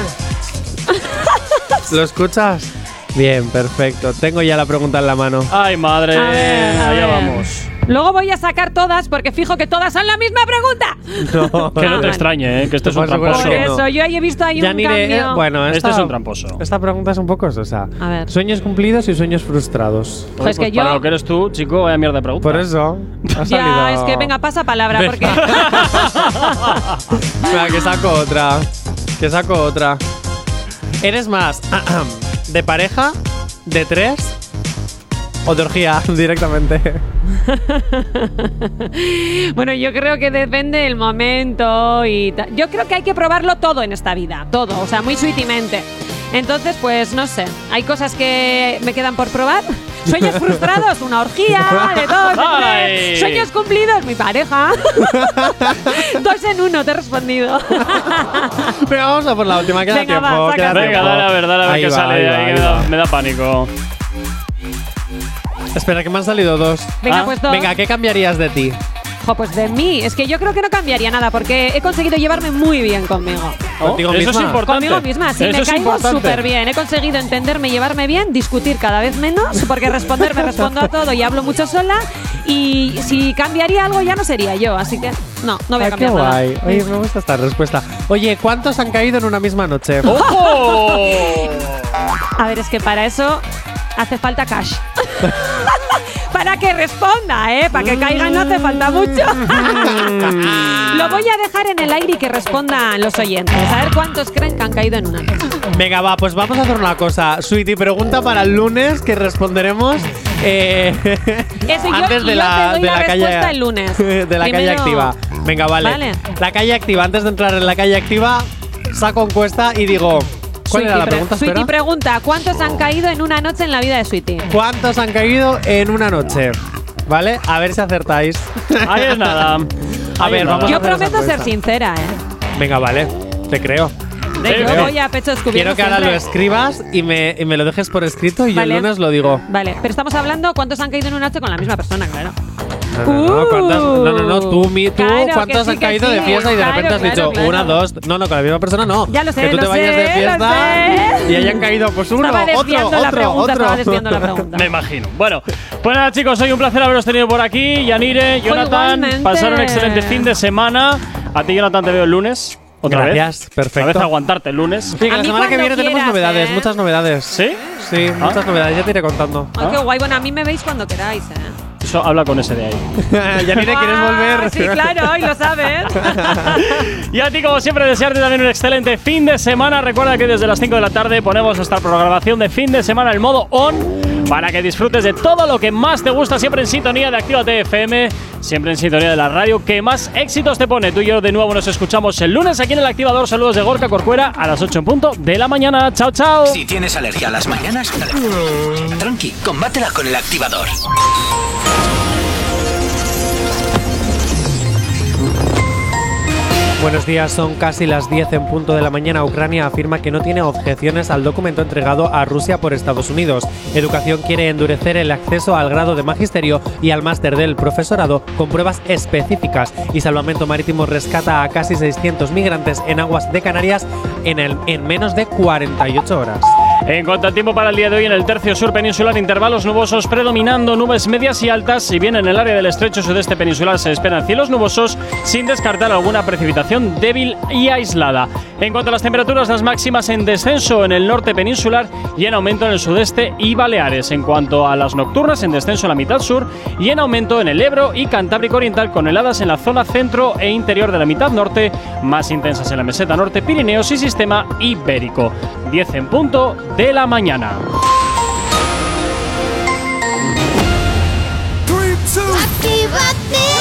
¿Lo escuchas? Bien, perfecto. Tengo ya la pregunta en la mano. Ay, madre. A Allá ver. vamos. Luego voy a sacar todas porque fijo que todas son la misma pregunta. No, Que no te extrañe, que este es un tramposo. Por eso, yo ahí he visto ahí un Yanire, cambio. bueno, Este es un tramposo. Esta pregunta es un poco sosa. A ver. Sueños cumplidos y sueños frustrados. Pues que para yo- lo que eres tú, chico, vaya mierda de pregunta. Por eso ha salido. Ya, es que venga, pasa palabra porque Espera, que saco otra. ¿Eres más de pareja, de 3 o de orgía directamente? bueno, yo creo que depende del momento y yo creo que hay que probarlo todo en esta vida, todo, o sea, muy suavemente. Entonces, pues no sé, hay cosas que me quedan por probar. Sueños frustrados, una orgía, de 2, de 3. Ay. Sueños cumplidos, mi pareja. 2 en 1, te he respondido. Venga, vamos a por la última, queda Venga, tiempo. va, queda saca. Venga, tiempo. dale a ver Ahí qué va, sale ahí de va, ahí, ahí que va. me da pánico. Espera, que me han salido 2. Venga, pues 2. Venga, ¿qué cambiarías de ti? Jo, pues de mí, es que yo creo que no cambiaría nada porque he conseguido llevarme muy bien conmigo. ¿Contigo eso misma? es importante. Conmigo misma, sí, Eso me es caigo importante. súper bien. He conseguido entenderme y llevarme bien, discutir cada vez menos, porque responderme respondo a todo y hablo mucho sola. Y si cambiaría algo ya no sería yo, así que no voy a Qué cambiar nada. guay. Oye, me gusta esta respuesta. Oye, ¿cuántos han caído en una misma noche? A ver, es que para eso hace falta cash. Para que responda, ¿eh? Para que caiga no hace falta mucho. Lo voy a dejar en el aire y que respondan los oyentes. A ver cuántos creen que han caído en una noche. Venga, va, pues vamos a hacer una cosa. Sweetie, pregunta para el lunes que responderemos antes de la calle respuesta el lunes. De la calle Primero- activa. Venga, vale. La calle activa. Antes de entrar en la calle activa, saco encuesta y digo. ¿Cuál era la pregunta? Sweetie Espera. pregunta, ¿cuántos han caído en una noche en la vida de Sweetie? ¿Cuántos han caído en una noche? ¿Vale? A ver si acertáis. Ahí es nada. A ver, vamos a Yo hacer esa prometo ser encuesta. sincera, ¿eh? Venga, vale. Te creo. Yo voy a pecho descubierto. Quiero que ahora siempre. lo escribas y me lo dejes por escrito y yo Vale. el lunes lo digo. Vale, pero estamos hablando cuántos han caído en una noche con la misma persona, claro. No, tú Claro, que cuántos sí, han que caído de sí. fiesta y de Claro, repente has dicho claro. una, dos. No, con la misma persona no. Ya lo sé, Que tú te lo vayas de sé, fiesta lo sé. y hayan caído pues uno, Estaba otro, desviando la pregunta, otro. estaba desviando la pregunta. Me imagino. Bueno, pues nada, chicos, hoy un placer haberos tenido por aquí. Yanire, Jonathan, igualmente. pasar un excelente fin de semana. A ti, Jonathan, te veo el lunes. Otra Gracias, vez. perfecto. Otra vez aguantarte el lunes. Sí, que A la mí semana que cuando viene tenemos quieras, novedades, ¿eh? muchas novedades. ¿Sí? Sí, muchas novedades, ya te iré contando. Ay, qué guay. Bueno, a mí me veis cuando queráis, ¿eh? Eso habla con ese de ahí. Yanire, ¿quieres volver? Sí, claro, y lo sabes. Y a ti, como siempre, desearte también un excelente fin de semana. Recuerda que desde las 5 de la tarde ponemos nuestra programación de fin de semana, el modo on, para que disfrutes de todo lo que más te gusta, siempre en sintonía de Actívate FM, siempre en sintonía de la radio que más éxitos te pone. Tú y yo de nuevo nos escuchamos el lunes aquí en El Activador. Saludos de Gorka Corcuera a las 8 en punto de la mañana. Chao, chao. Si tienes alergia a las mañanas, tranqui, combátela con El Activador. Buenos días, son casi las 10 en punto de la mañana. Ucrania afirma que no tiene objeciones al documento entregado a Rusia por Estados Unidos. Educación quiere endurecer el acceso al grado de magisterio y al máster del profesorado con pruebas específicas. Y Salvamento Marítimo rescata a casi 600 migrantes en aguas de Canarias en menos de 48 horas. En cuanto al tiempo para el día de hoy, en el tercio sur peninsular, intervalos nubosos predominando, nubes medias y altas. Si bien en el área del estrecho sudeste peninsular se esperan cielos nubosos, sin descartar alguna precipitación débil y aislada. En cuanto a las temperaturas, las máximas en descenso en el norte peninsular y en aumento en el sudeste y Baleares. En cuanto a las nocturnas, en descenso en la mitad sur y en aumento en el Ebro y Cantábrico Oriental, con heladas en la zona centro e interior de la mitad norte, más intensas en la meseta norte, Pirineos y sistema ibérico. 10 en punto de la mañana. Actívate.